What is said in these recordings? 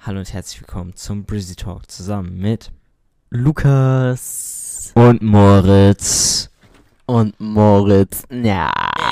Hallo und herzlich willkommen zum Brizzy Talk zusammen mit Lukas Und Moritz. Ja.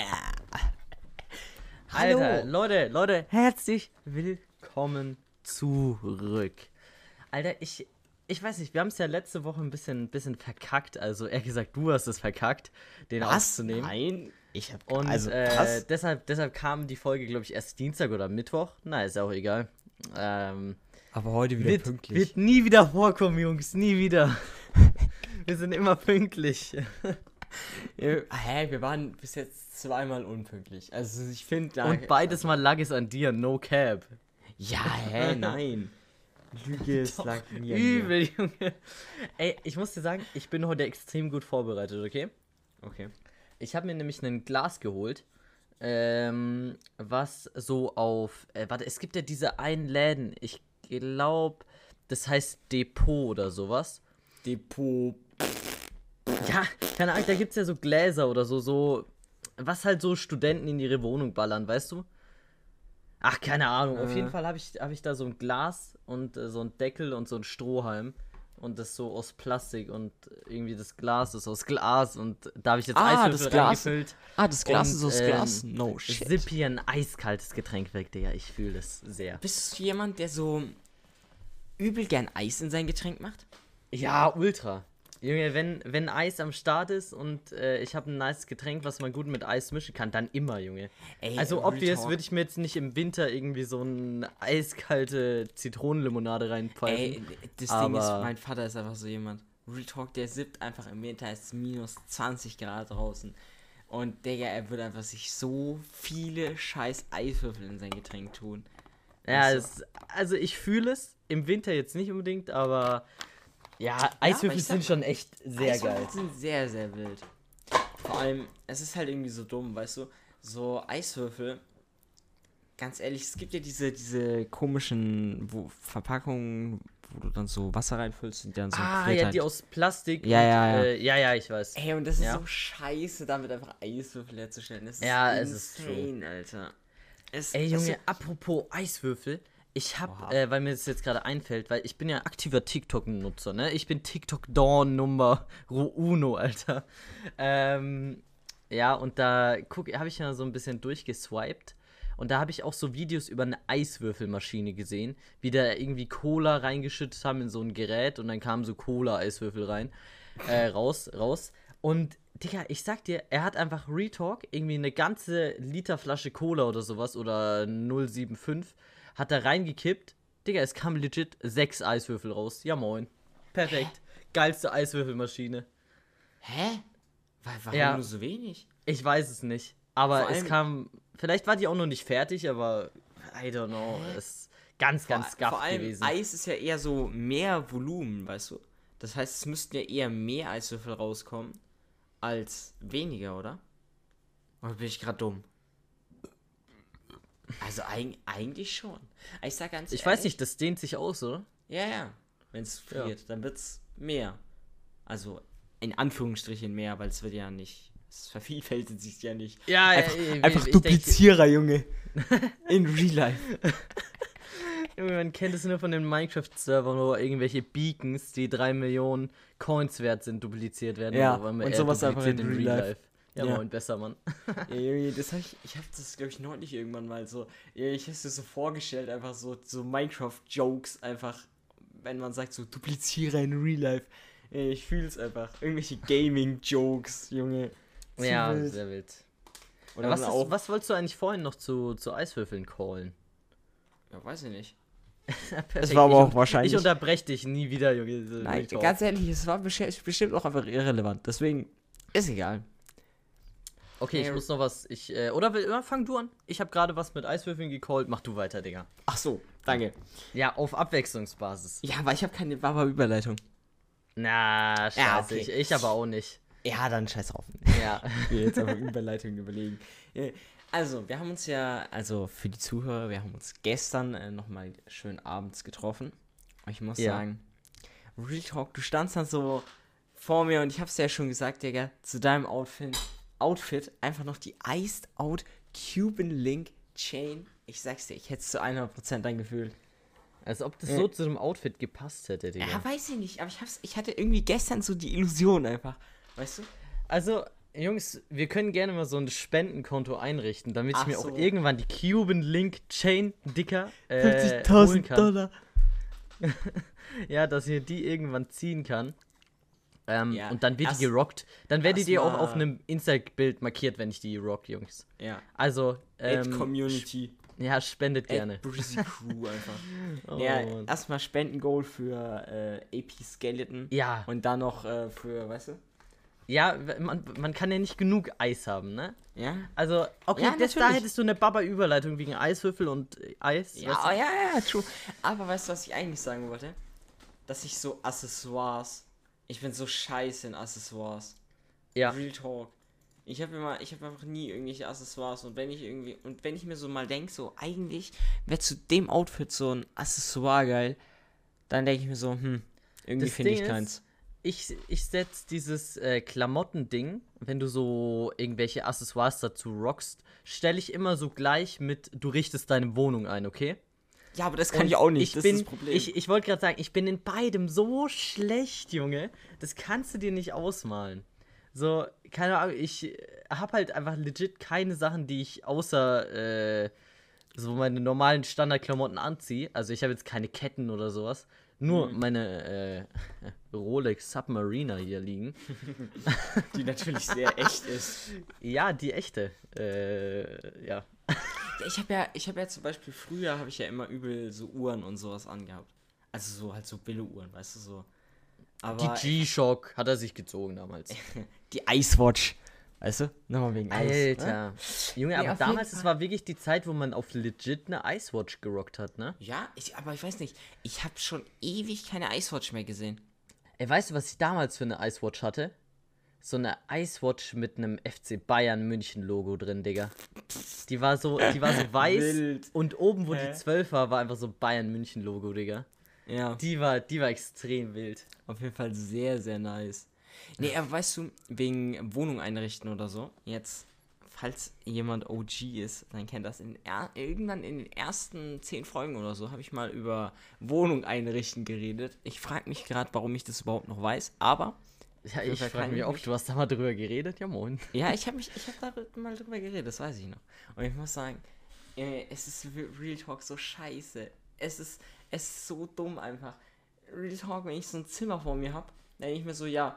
Alter, Leute, herzlich willkommen zurück. Alter, ich weiß nicht, wir haben es ja letzte Woche ein bisschen verkackt, also eher gesagt, du hast es verkackt, den aufzunehmen. Nein. Ich hab Und was? deshalb kam die Folge, glaube ich, erst Dienstag oder Mittwoch. Na, ist ja auch egal. Aber heute wieder pünktlich. Wird nie wieder vorkommen, Jungs, nie wieder. Wir sind immer pünktlich. Wir waren bis jetzt zweimal unpünktlich. Also ich finde... Und beides Mal lag es an dir, no cap. Ja, nein. Lüge ist Doch, lag mir. übel, Junge. Ey, ich muss dir sagen, ich bin heute extrem gut vorbereitet, okay? Okay. Ich habe mir nämlich ein Glas geholt, was so auf... warte, es gibt ja diese einen Läden, ich glaube, das heißt Depot oder sowas. Depot. Ja, keine Ahnung, da gibt's ja so Gläser oder so, was halt so Studenten in ihre Wohnung ballern, weißt du? Ach, keine Ahnung, auf jeden Fall hab ich da so ein Glas und so ein Deckel und so ein Strohhalm und das so aus Plastik und irgendwie das Glas ist aus Glas und da habe ich jetzt Eiswürfel reingefüllt. Das Glas und, ist aus Glas? No shit. Sipp hier ein eiskaltes Getränk weg, Digga, ich fühle das sehr. Bist du jemand, der so übel gern Eis in sein Getränk macht? Ja, ultra. Junge, wenn Eis am Start ist und ich habe ein nice Getränk, was man gut mit Eis mischen kann, dann immer, Junge. Ey, Also obvious würde ich mir jetzt nicht im Winter irgendwie so eine eiskalte Zitronenlimonade reinpfeifen. Ey, das Ding ist, mein Vater ist einfach so jemand. Real Talk, der sippt einfach im Winter, ist minus 20 Grad draußen. Und Digga, er würde einfach sich so viele scheiß Eiswürfel in sein Getränk tun. Ja, also ich fühle es, im Winter jetzt nicht unbedingt, aber ja, Eiswürfel sind schon echt sehr Eiswürfel geil. sind sehr, sehr wild. Vor allem, es ist halt irgendwie so dumm, weißt du? So Eiswürfel, ganz ehrlich, es gibt ja diese komischen Verpackungen, wo du dann so Wasser reinfüllst und dann so Ja, die aus Plastik. Ja. Ja, ich weiß. Ey, und das ist Ja. so scheiße, damit einfach Eiswürfel herzustellen. Das ist Ja, es ist insane, Alter. Ey, Junge, apropos Eiswürfel. Ich hab, weil mir das jetzt gerade einfällt, weil ich bin ja aktiver TikTok-Nutzer, ne? Ich bin TikTok-Dawn Nummer Uno, Alter. Ja, und da habe ich ja so ein bisschen durchgeswiped. Und da habe ich auch so Videos über eine Eiswürfelmaschine gesehen, wie da irgendwie Cola reingeschüttet haben in so ein Gerät und dann kamen so Cola-Eiswürfel rein, raus. Und, Digga, ich sag dir, er hat einfach Retalk, irgendwie eine ganze Literflasche Cola oder sowas oder 0,75, hat da reingekippt. Digga, es kam legit 6 Eiswürfel raus. Ja, moin. Perfekt. Geilste Eiswürfelmaschine. Hä? Warum Ja. nur so wenig? Ich weiß es nicht. Aber Vor es allem- kam. Vielleicht war die auch noch nicht fertig, aber I don't know. Es ist ganz Vor gaff allem, gewesen. Eis ist ja eher so mehr Volumen, weißt du? Das heißt, es müssten ja eher mehr Eiswürfel rauskommen als weniger, oder? Oder bin ich gerade dumm? Also eigentlich schon. Ich sag ganz Ich ehrlich, weiß nicht, das dehnt sich aus, oder? Ja. Wenn es friert, dann wird's mehr. Also in Anführungsstrichen mehr, weil es wird ja nicht. Es vervielfältigt sich ja nicht. Ja, Einfach Duplizierer, Junge. In Real Life. Junge, man kennt es nur von den Minecraft-Servern, wo irgendwelche Beacons, die 3 Millionen Coins wert sind, dupliziert werden. Ja, aber und sowas einfach in dupliziert Real Life. Ja, Ja. moin, besser, Mann. Ja, Junge, ich hab das, glaube ich, neulich irgendwann mal so. Ja, ich hab's dir so vorgestellt, einfach so Minecraft-Jokes, einfach, wenn man sagt, so Duplizierer in Real Life. Ja, ich fühl's einfach. Irgendwelche Gaming-Jokes, Junge. Zu Ja, wild. sehr wild. Oder Was, dann auch. was wolltest du eigentlich vorhin noch zu Eiswürfeln callen? Ja, weiß ich nicht. Perfekt. war aber auch wahrscheinlich- Ich unterbreche dich nie wieder, Junge. Nein, ganz ehrlich, es war bestimmt auch einfach irrelevant. Deswegen ist egal. Okay, ich muss noch was. Fang du an. Ich habe gerade was mit Eiswürfeln gecallt. Mach du weiter, Digga. Ach so, danke. Ja, auf Abwechslungsbasis. Ja, aber ich habe keine Überleitung. Na, scheiße. Ja, okay. Ich aber auch nicht. Ja, dann scheiß drauf. Ja. Ich will jetzt aber Überleitung überlegen. Ja, also, wir haben uns ja, also für die Zuhörer, wir haben uns gestern nochmal schön abends getroffen. Und ich muss sagen, Real Talk, du standst dann so vor mir und ich hab's ja schon gesagt, Digga, zu deinem Outfit einfach noch die Iced Out Cuban Link Chain. Ich sag's dir, ich hätte es zu 100% dein Gefühl. Als ob das so zu dem Outfit gepasst hätte, Digga. Ja, weiß ich nicht, aber ich hatte irgendwie gestern so die Illusion einfach, weißt du? Also, Jungs, wir können gerne mal so ein Spendenkonto einrichten, damit ich mir so. auch irgendwann die Cuban Link Chain dicker holen kann. $50,000. Ja, dass ich die irgendwann ziehen kann. Ja, und dann wird die gerockt. Dann werdet ihr auch auf mal- einem Insta-Bild markiert, wenn ich die rock, Jungs. Ja. Also, Community. ja, spendet gerne. Breezy Crew einfach. Oh, Ja, Mann. erstmal Spendengoal für AP Skeleton. Ja. Und dann noch für, weißt du? Ja, man kann ja nicht genug Eis haben, ne? Ja. Also, okay, Ja, da natürlich. hättest du eine Baba-Überleitung wegen Eiswürfel und Eis. Ja, weißt du? ja, true. Aber weißt du, was ich eigentlich sagen wollte? Dass ich so Accessoires. Ich bin so scheiße in Accessoires. Ja. Real Talk. Ich habe einfach nie irgendwelche Accessoires und wenn ich mir so mal denke, so eigentlich wäre zu dem Outfit so ein Accessoire geil, dann denke ich mir so, irgendwie Das finde Ding ich ist, keins. Ich setz dieses Klamotten-Ding, wenn du so irgendwelche Accessoires dazu rockst, stelle ich immer so gleich mit, du richtest deine Wohnung ein, okay? Ja, aber das kann Und ich auch nicht, das bin, ist das Problem. Ich wollte gerade sagen, ich bin in beidem so schlecht, Junge. Das kannst du dir nicht ausmalen. So, keine Ahnung, ich habe halt einfach legit keine Sachen, die ich außer so meine normalen Standardklamotten anziehe. Also ich habe jetzt keine Ketten oder sowas. Nur meine Rolex Submariner hier liegen. Die natürlich sehr echt ist. Ja, die echte. Ja. Ja, ich habe ja zum Beispiel früher habe ich ja immer übel so Uhren und sowas angehabt. Also so halt so Billo-Uhren, weißt du so. Aber Die G-Shock hat er sich gezogen damals. die Icewatch, weißt du? Nochmal wegen Eis. Alter. Ne? Junge, Nee, aber auf damals, jeden das Fall. war wirklich die Zeit, wo man auf legit eine Icewatch gerockt hat, ne? Ja, aber ich weiß nicht. Ich habe schon ewig keine Icewatch mehr gesehen. Ey, weißt du, was ich damals für eine Icewatch hatte? So eine Icewatch mit einem FC Bayern München Logo drin, Digga. Die war so weiß Wild. und oben, wo die 12 war einfach so Bayern München Logo, Digga. Ja, Die war extrem wild. auf jeden Fall sehr, sehr nice. Nee, aber weißt du, wegen Wohnung einrichten oder so, jetzt, falls jemand OG ist, dann kennt das irgendwann in den ersten 10 Folgen oder so, habe ich mal über Wohnung einrichten geredet. Ich frage mich gerade, warum ich das überhaupt noch weiß, aber Ja, ich frage mich auch, du hast da mal drüber geredet? Ja, moin. ja, ich habe da mal drüber geredet, das weiß ich noch. Und ich muss sagen, es ist Real Talk so scheiße. Es ist so dumm einfach. Real Talk, wenn ich so ein Zimmer vor mir habe, dann denke ich mir so, ja,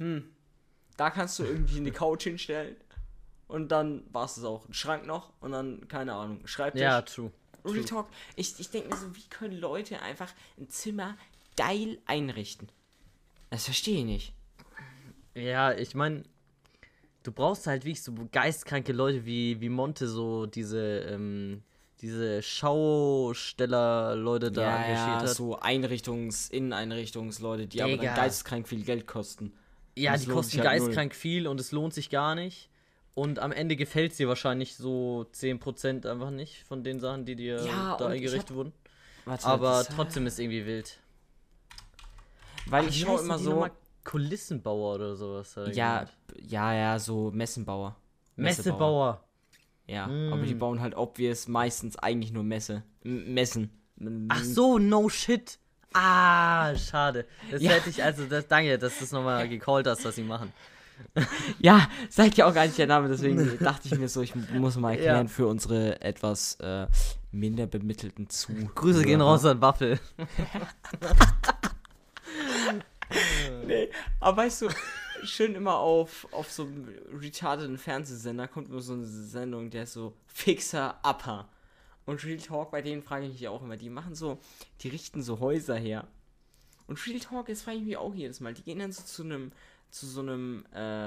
da kannst du irgendwie eine Couch hinstellen. Und dann war es auch. Ein Schrank noch und dann, keine Ahnung, Schreibtisch. Ja, true. Real Talk, ich denke mir so, wie können Leute einfach ein Zimmer geil einrichten? Das verstehe ich nicht. Ja, ich meine, du brauchst halt wirklich so geistkranke Leute wie Monte, so diese Schausteller-Leute da engagiert hat. so Inneneinrichtungsleute, die aber Digga. dann geisteskrank viel Geld kosten. Ja, Das die lohnt kosten sich halt geistkrank viel und es lohnt sich gar nicht. Und am Ende gefällt es dir wahrscheinlich so 10% einfach nicht von den Sachen, die dir Ja, da und eingerichtet wurden. Warte, Aber trotzdem ist irgendwie wild. weil Ach, ich wie schaue heißen immer die so, nochmal? Kulissenbauer oder sowas. hat er genannt. ja, so Messenbauer. Messebauer. Ja, aber die bauen halt obvious meistens eigentlich nur Messen. Ach so, no shit. Ah, schade. Das Ja. hätte ich, danke, dass du es nochmal gecallt hast, was sie machen. Ja, sagt ja auch gar nicht der Name, deswegen dachte ich mir so, ich muss mal erklären Ja. für unsere etwas minder bemittelten Zuhörer. Grüße gehen raus an Waffel. Nee, aber weißt du, schön immer auf so einem retardeden Fernsehsender kommt immer so eine Sendung, der ist so Fixer Upper. Und Real Talk, bei denen frage ich mich auch immer, die richten so Häuser her. Und Real Talk, das frage ich mich auch jedes Mal, die gehen dann so zu so einem,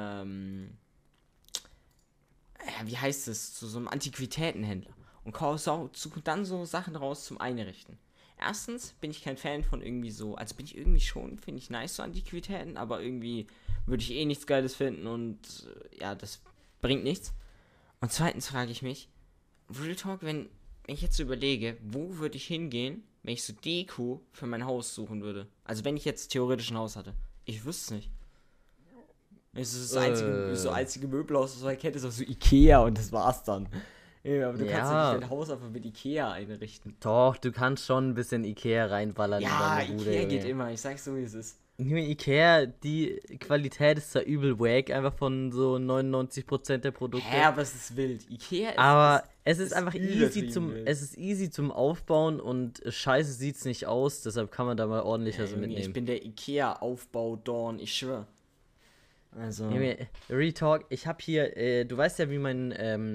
wie heißt es, zu so einem Antiquitätenhändler und suchen dann so Sachen raus zum Einrichten. Erstens bin ich kein Fan von irgendwie so, also bin ich irgendwie schon, finde ich nice so Antiquitäten, aber irgendwie würde ich eh nichts Geiles finden und ja, das bringt nichts. Und zweitens frage ich mich, Real Talk, wenn ich jetzt so überlege, wo würde ich hingehen, wenn ich so Deko für mein Haus suchen würde? Also wenn ich jetzt theoretisch ein Haus hatte. Ich wüsste es nicht. Es ist das einzige Möbelhaus, was man kennt, ist auch so Ikea und das war's dann. Ja, aber du kannst ja Ja, nicht dein Haus einfach mit Ikea einrichten. doch, du kannst schon ein bisschen Ikea reinballern in Ja, deine Bude, Ikea geht Junge. immer, ich sag's so, wie es ist. Junge, Ikea, die Qualität ist da übel wack, einfach von so 99% der Hä, Produkte. aber es ist wild. Ikea Aber es ist ist einfach übertrieben wild. es ist easy zum Aufbauen und scheiße sieht's nicht aus, deshalb kann man da mal ordentlicher so Junge, ich mitnehmen. bin der Ikea-Aufbau-Dorn, ich schwör. Also, Junge, Retalk, ich hab hier, du weißt ja, wie mein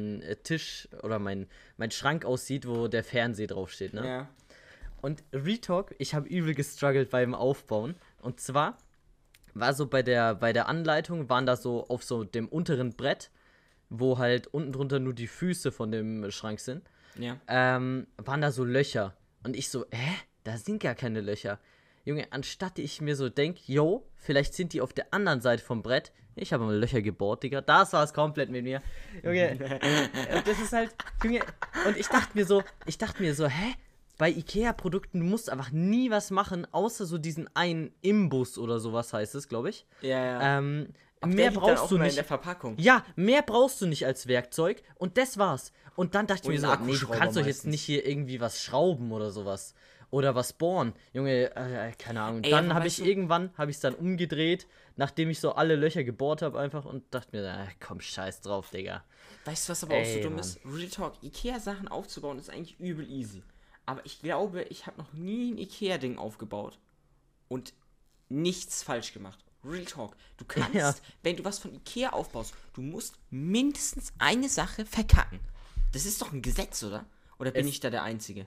Tisch oder mein Schrank aussieht, wo der Fernseher draufsteht, ne? ja. Und Retalk, ich habe übel gestruggelt beim Aufbauen. Und zwar war so bei der Anleitung, waren da so auf so dem unteren Brett, wo halt unten drunter nur die Füße von dem Schrank sind, Ja. waren da so Löcher. Und ich so, da sind gar keine Löcher. Junge, anstatt ich mir so denk, yo, vielleicht sind die auf der anderen Seite vom Brett. Ich habe mal Löcher gebohrt, Digga. Das war es komplett mit mir. Junge, und das ist halt, Junge, und ich dachte mir so, bei Ikea-Produkten, du musst einfach nie was machen, außer so diesen einen Imbus oder sowas heißt es, glaube ich. Ja. Aber Mehr der liegt dann brauchst auch du immer in nicht. der Verpackung. Ja, mehr brauchst du nicht als Werkzeug. Und das war's. Und dann dachte ich Und mir so, ein nee, du Akkuschrauber kannst doch jetzt meistens. nicht hier irgendwie was schrauben oder sowas. Oder was bohren. Junge, keine Ahnung. Ey, Dann aber habe weißt ich du- irgendwann, habe ich es dann umgedreht, nachdem ich so alle Löcher gebohrt habe einfach und dachte mir, komm, scheiß drauf, Digga. Weißt du, was aber auch so Ey, dumm Mann. ist? Real Talk, Ikea-Sachen aufzubauen ist eigentlich übel easy. Aber ich glaube, ich habe noch nie ein Ikea-Ding aufgebaut und nichts falsch gemacht. Real Talk, du kannst, Ja. wenn du was von Ikea aufbaust, du musst mindestens eine Sache verkacken. Das ist doch ein Gesetz, oder? Oder bin Es- ich da der Einzige?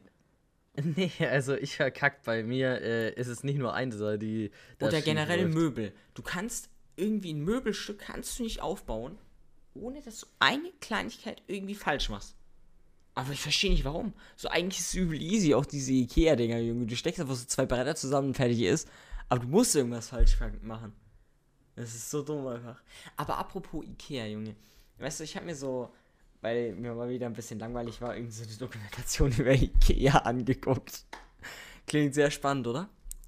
Nee, also ich verkackt bei mir, ist es nicht nur eine Sache, die da Oder schief generell läuft. Möbel. Du kannst irgendwie ein Möbelstück kannst du nicht aufbauen, ohne dass du eine Kleinigkeit irgendwie falsch machst. Aber ich verstehe nicht warum. So eigentlich ist es übel easy, auch diese Ikea-Dinger, Junge. Du steckst einfach so zwei Bretter zusammen und fertig ist. Aber du musst irgendwas falsch machen. Das ist so dumm einfach. Aber apropos Ikea, Junge. Weißt du, ich habe mir so, weil mir mal wieder ein bisschen langweilig war, irgendwie so eine Dokumentation über Ikea angeguckt. Klingt sehr spannend, oder?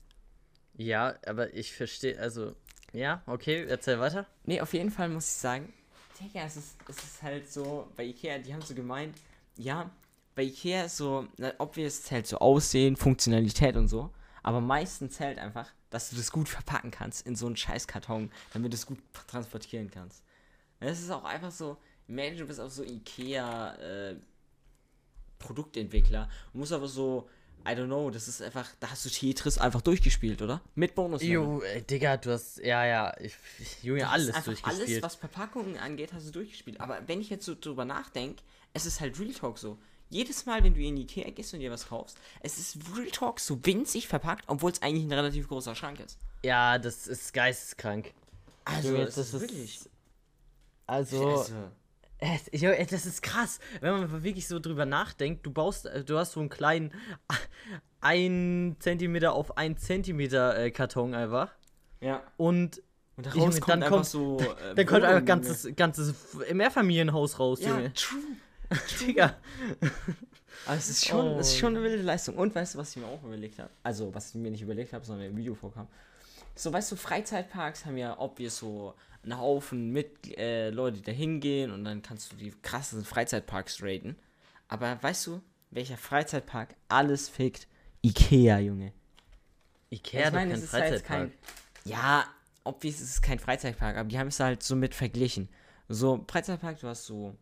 Ja, aber ich verstehe, also, ja, okay, erzähl weiter. Nee, auf jeden Fall muss ich sagen, Digga, es ist halt so, bei Ikea, die haben so gemeint, ja, bei Ikea ist so, obvious zählt so Aussehen, Funktionalität und so, aber meistens zählt einfach, dass du das gut verpacken kannst in so einen Scheißkarton, damit du es gut transportieren kannst. Es ist auch einfach so, imagine, du bist auch so Ikea Produktentwickler und musst aber so, I don't know, das ist einfach, da hast du Tetris einfach durchgespielt, oder? Mit Bonus. Digga, du hast, ja, Junge, Du hast alles einfach durchgespielt. alles, was Verpackungen angeht, hast du durchgespielt. Aber wenn ich jetzt so drüber nachdenke, es ist halt Real Talk so. Jedes Mal, wenn du in Ikea gehst und dir was kaufst, es ist Real Talk so winzig verpackt, obwohl es eigentlich ein relativ großer Schrank ist. Ja, das ist geisteskrank. Also, Junge, es ist wirklich. Also, das ist krass, wenn man wirklich so drüber nachdenkt. Du hast so einen kleinen 1 Zentimeter auf 1 Zentimeter Karton einfach. Ja. Und Und daraus Junge, kommt dann einfach kommt- so. dann kommt einfach Wohnungen, ganzes Mehrfamilienhaus raus, Ja, Junge. true. Digga. Aber es ist schon eine wilde Leistung. Und weißt du, was ich mir auch überlegt habe? Also, was ich mir nicht überlegt habe, sondern im Video vorkam. So, weißt du, Freizeitparks haben ja obvious so einen Haufen mit Leute, die da hingehen und dann kannst du die krassesten Freizeitparks raten. Aber weißt du, welcher Freizeitpark alles fickt? Ikea, Junge. Ikea hat doch kein es ist halt Freizeitpark. ja, obvious ist es kein Freizeitpark, aber die haben es halt so mit verglichen. So, Freizeitpark, du hast so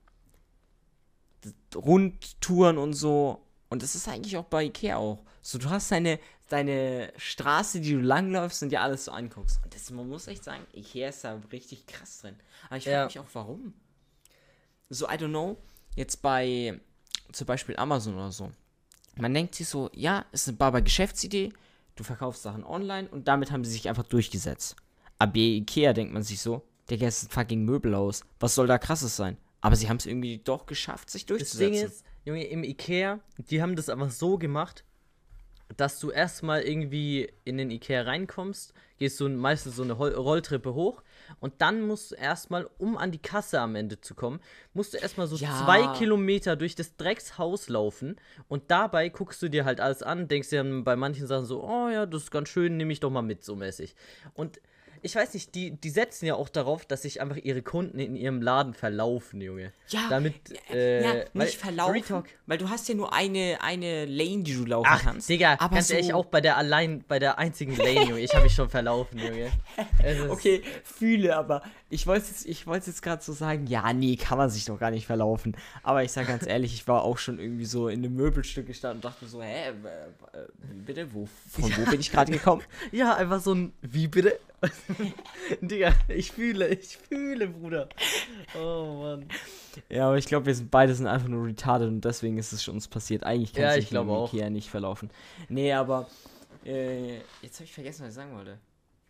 Rundtouren und so. Und das ist eigentlich auch bei Ikea auch. So, du hast deine Straße, die du langläufst und dir alles so anguckst. Und das, man muss echt sagen, Ikea ist da richtig krass drin. Aber ich frage Ja. mich auch, warum. So, I don't know, jetzt bei zum Beispiel Amazon oder so. Man denkt sich so, ja, ist eine Baba-Geschäftsidee, du verkaufst Sachen online und damit haben sie sich einfach durchgesetzt. Aber bei Ikea denkt man sich so, Digga, ist ein fucking Möbelhaus. Was soll da krasses sein? Aber sie haben es irgendwie doch geschafft, sich Das durchzusetzen. Ding ist, Junge, im Ikea, die haben das einfach so gemacht, dass du erstmal irgendwie in den Ikea reinkommst, gehst du meistens so eine Rolltreppe hoch und dann musst du erstmal, um an die Kasse am Ende zu kommen, musst du erstmal so Ja. 2 Kilometer durch das Dreckshaus laufen und dabei guckst du dir halt alles an, denkst dir dann bei manchen Sachen so, oh ja, das ist ganz schön, nehme ich doch mal mit, so mäßig. Und ich weiß nicht, die setzen ja auch darauf, dass sich einfach ihre Kunden in ihrem Laden verlaufen, Junge. Ja, Damit, nicht verlaufen, Retalk, weil du hast ja nur eine Lane, die du laufen kannst. Digga, aber ganz ehrlich, auch bei der einzigen Lane, Junge, ich habe mich schon verlaufen, Junge. Okay, fühle, aber ich wollte jetzt gerade so sagen, ja, nee, kann man sich doch gar nicht verlaufen. Aber ich sag ganz ehrlich, ich war auch schon irgendwie so in einem Möbelstück gestanden und dachte mir so, bitte, von wo bin ich gerade gekommen? Ja, einfach so ein, wie bitte? Digga, ich fühle, Bruder. Oh, Mann. Ja, aber ich glaube, beide sind einfach nur retarded und deswegen ist es uns passiert. Eigentlich kann sich Ikea nicht verlaufen. Nee, aber jetzt habe ich vergessen, was ich sagen wollte.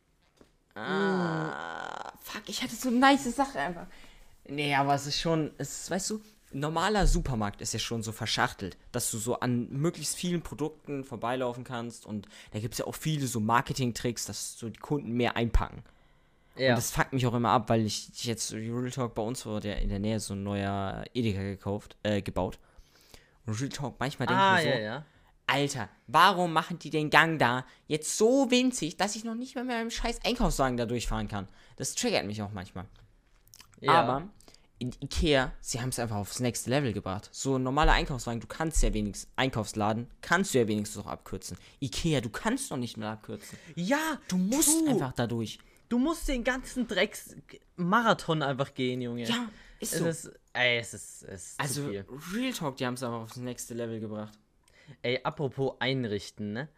Fuck, ich hatte so eine nice Sache einfach. Nee, aber weißt du, normaler Supermarkt ist ja schon so verschachtelt, dass du so an möglichst vielen Produkten vorbeilaufen kannst und da gibt es ja auch viele so Marketing-Tricks, dass so die Kunden mehr einpacken. Ja. Und das fuckt mich auch immer ab, weil ich jetzt, Real Talk, bei uns wurde ja in der Nähe so ein neuer Edeka gebaut. Und Real Talk, manchmal denke ich mir so, ja. Alter, warum machen die den Gang da jetzt so winzig, dass ich noch nicht mal mit meinem scheiß Einkaufswagen da durchfahren kann? Das triggert mich auch manchmal. Ja. Aber in Ikea, sie haben es einfach aufs nächste Level gebracht. So ein normaler Einkaufswagen, du kannst ja wenigstens, Einkaufsladen, kannst du ja wenigstens auch abkürzen. Ikea, du kannst doch nicht mehr abkürzen. Ja, du musst einfach da durch. Du musst den ganzen Drecks-Marathon einfach gehen, Junge. Ja, ist so. Es ist also, zu viel. Real Talk, die haben es einfach aufs nächste Level gebracht. Ey, apropos einrichten, ne?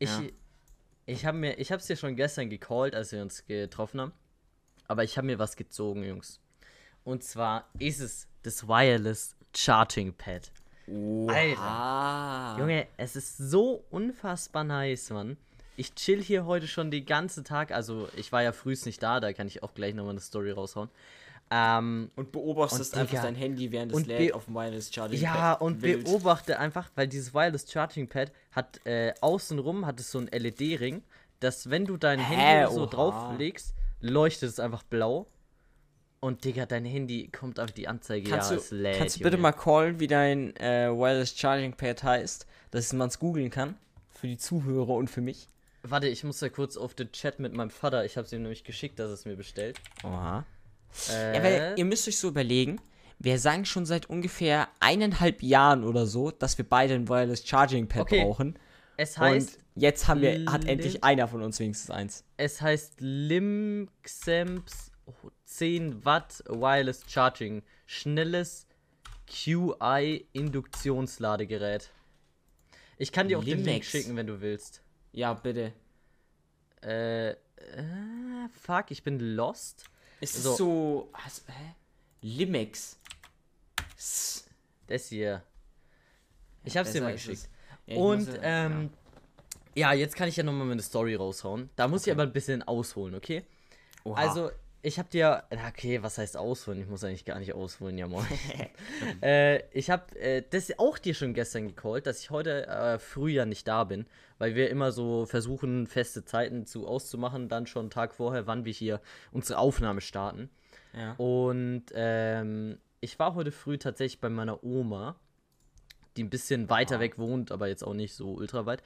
Ich hab's dir schon gestern gecallt, als wir uns getroffen haben. Aber ich habe mir was gezogen, Jungs. Und zwar ist es das Wireless Charging Pad. Wow. Alter. Junge, es ist so unfassbar nice, Mann. Ich chill hier heute schon den ganzen Tag. Also, ich war ja frühst nicht da kann ich auch gleich nochmal eine Story raushauen. Und beobachtest einfach dein Handy, während es lädt auf dem Wireless Charging Pad. Ja, und beobachte einfach, weil dieses Wireless Charging Pad hat außenrum hat es so ein LED-Ring, dass wenn du dein Handy so drauflegst, leuchtet es einfach blau. Und Digga, dein Handy kommt auf die Anzeige, es lädt. Kannst du bitte mal callen, wie dein Wireless Charging Pad heißt, dass man es googeln kann? Für die Zuhörer und für mich. Warte, ich muss da kurz auf den Chat mit meinem Vater. Ich habe es ihm nämlich geschickt, dass es mir bestellt. Oha. Ja, weil ihr müsst euch so überlegen, wir sagen schon seit ungefähr 1,5 Jahren oder so, dass wir beide ein Wireless Charging Pad brauchen. Es heißt. Und jetzt hat endlich einer von uns wenigstens eins. Es heißt Limxamps 10 Watt Wireless Charging. Schnelles QI-Induktionsladegerät. Ich kann dir auch den Link schicken, wenn du willst. Ja, bitte. Fuck, ich bin lost. Ist es so. Limex. Das hier. Ich hab's dir mal geschickt. Und, jetzt kann ich ja nochmal meine Story raushauen. Da muss ich aber ein bisschen ausholen, okay? Oha. Also, ich hab dir. Okay, was heißt ausholen? Ich muss eigentlich gar nicht ausholen, ja moin. Ich hab das auch dir schon gestern gecallt, dass ich heute früh ja nicht da bin, weil wir immer so versuchen, feste Zeiten auszumachen, dann schon einen Tag vorher, wann wir hier unsere Aufnahme starten. Ja. Und ich war heute früh tatsächlich bei meiner Oma, die ein bisschen weiter weg wohnt, aber jetzt auch nicht so ultra weit.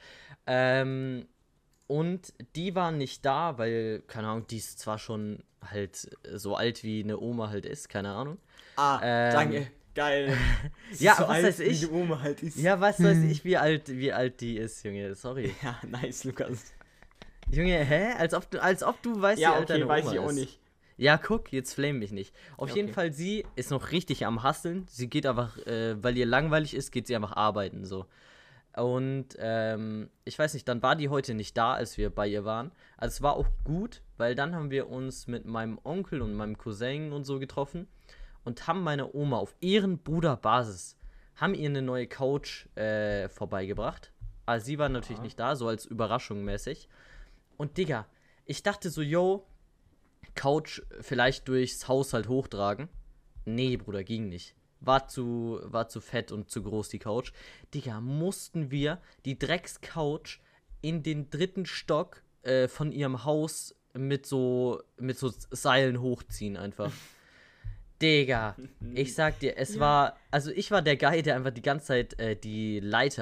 Und die war nicht da, weil, keine Ahnung, die ist zwar schon halt so alt wie eine Oma halt ist, keine Ahnung. Danke. Geil. Ja, so was weiß ich. Wie die Oma halt ist. Ja, was weiß ich, wie alt die ist, Junge. Sorry. Ja, nice, Lukas. Junge, als ob du weißt, wie alt deine Oma ist. Ja, okay, weiß ich auch nicht. Ja, guck, jetzt flame mich nicht. Auf jeden Fall, sie ist noch richtig am Hustlen. Sie geht einfach, weil ihr langweilig ist, geht sie einfach arbeiten, so. Und, ich weiß nicht, dann war die heute nicht da, als wir bei ihr waren. Also es war auch gut, weil dann haben wir uns mit meinem Onkel und meinem Cousin und so getroffen und haben meine Oma auf Ehrenbruderbasis, haben ihr eine neue Couch vorbeigebracht. Also sie war natürlich nicht da, so als Überraschung mäßig. Und Digga, ich dachte so, yo, Couch vielleicht durchs Haushalt hochtragen. Nee, Bruder, ging nicht. War zu fett und zu groß, die Couch. Digga, mussten wir die Drecks-Couch in den 3. Stock von ihrem Haus mit so Seilen hochziehen einfach. Digga, ich sag dir, ich war der Guy, der einfach die ganze Zeit die Leiter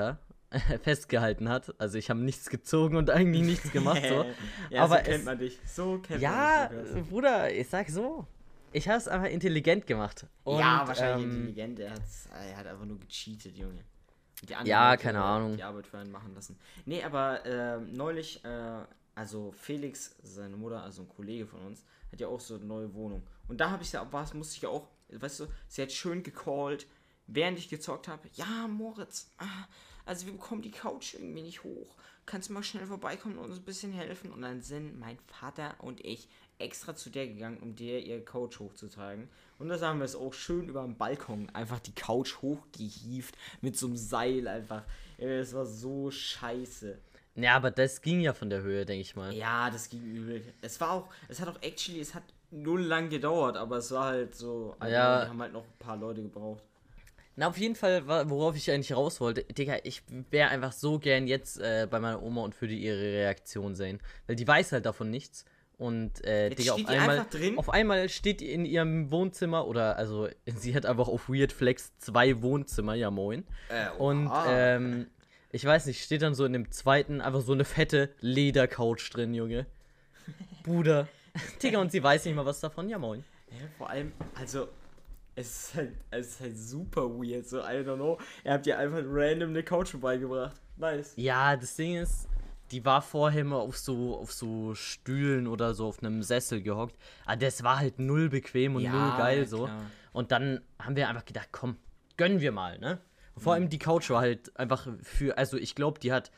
festgehalten hat. Also ich habe nichts gezogen und eigentlich nichts gemacht. So. Ja, aber so kennt man dich. So kennt ja, man dich. Bruder, ich sag so. Ich habe es einfach intelligent gemacht. Und, Ja, wahrscheinlich intelligent. Er hat einfach nur gecheatet, Junge. Die anderen Ja, Leute, keine Ahnung. Die Arbeit für einen machen lassen. Nee, aber neulich, also Felix, seine Mutter, also ein Kollege von uns, hat ja auch so eine neue Wohnung. Und da habe ich ja, musste ich ja auch, weißt du, sie hat schön gecallt, während ich gezockt habe. Ja, Moritz, also wir bekommen die Couch irgendwie nicht hoch. Kannst du mal schnell vorbeikommen und uns ein bisschen helfen? Und dann sind mein Vater und ich extra zu der gegangen, um der ihr Couch hochzutragen. Und da haben wir es auch schön über dem Balkon einfach die Couch hochgehievt mit so einem Seil einfach. Es war so scheiße. Ja, aber das ging ja von der Höhe, denke ich mal. Ja, das ging übel. Es hat auch null lang gedauert, aber es war halt so, also Ja. wir haben halt noch ein paar Leute gebraucht. Na, auf jeden Fall, worauf ich eigentlich raus wollte, Digga, ich wäre einfach so gern jetzt bei meiner Oma und würde ihre Reaktion sehen. Weil die weiß halt davon nichts. Und, Jetzt Digga, steht die einfach drin? auf einmal steht die in ihrem Wohnzimmer oder, also, sie hat einfach auf Weird Flex 2 Wohnzimmer, ja moin. Und, ich weiß nicht, steht dann so in dem zweiten einfach so eine fette Ledercouch drin, Junge. Bruder. Digga, und sie weiß nicht mal was davon, ja moin. Ja, vor allem, also, es ist halt super weird, so, I don't know. Er hat dir einfach random eine Couch vorbeigebracht. Nice. Ja, das Ding ist, die war vorher immer auf so Stühlen oder so auf einem Sessel gehockt. Aber das war halt null bequem und null geil so. Klar. Und dann haben wir einfach gedacht, komm, gönnen wir mal, ne? Vor allem die Couch war halt einfach also ich glaube, die hat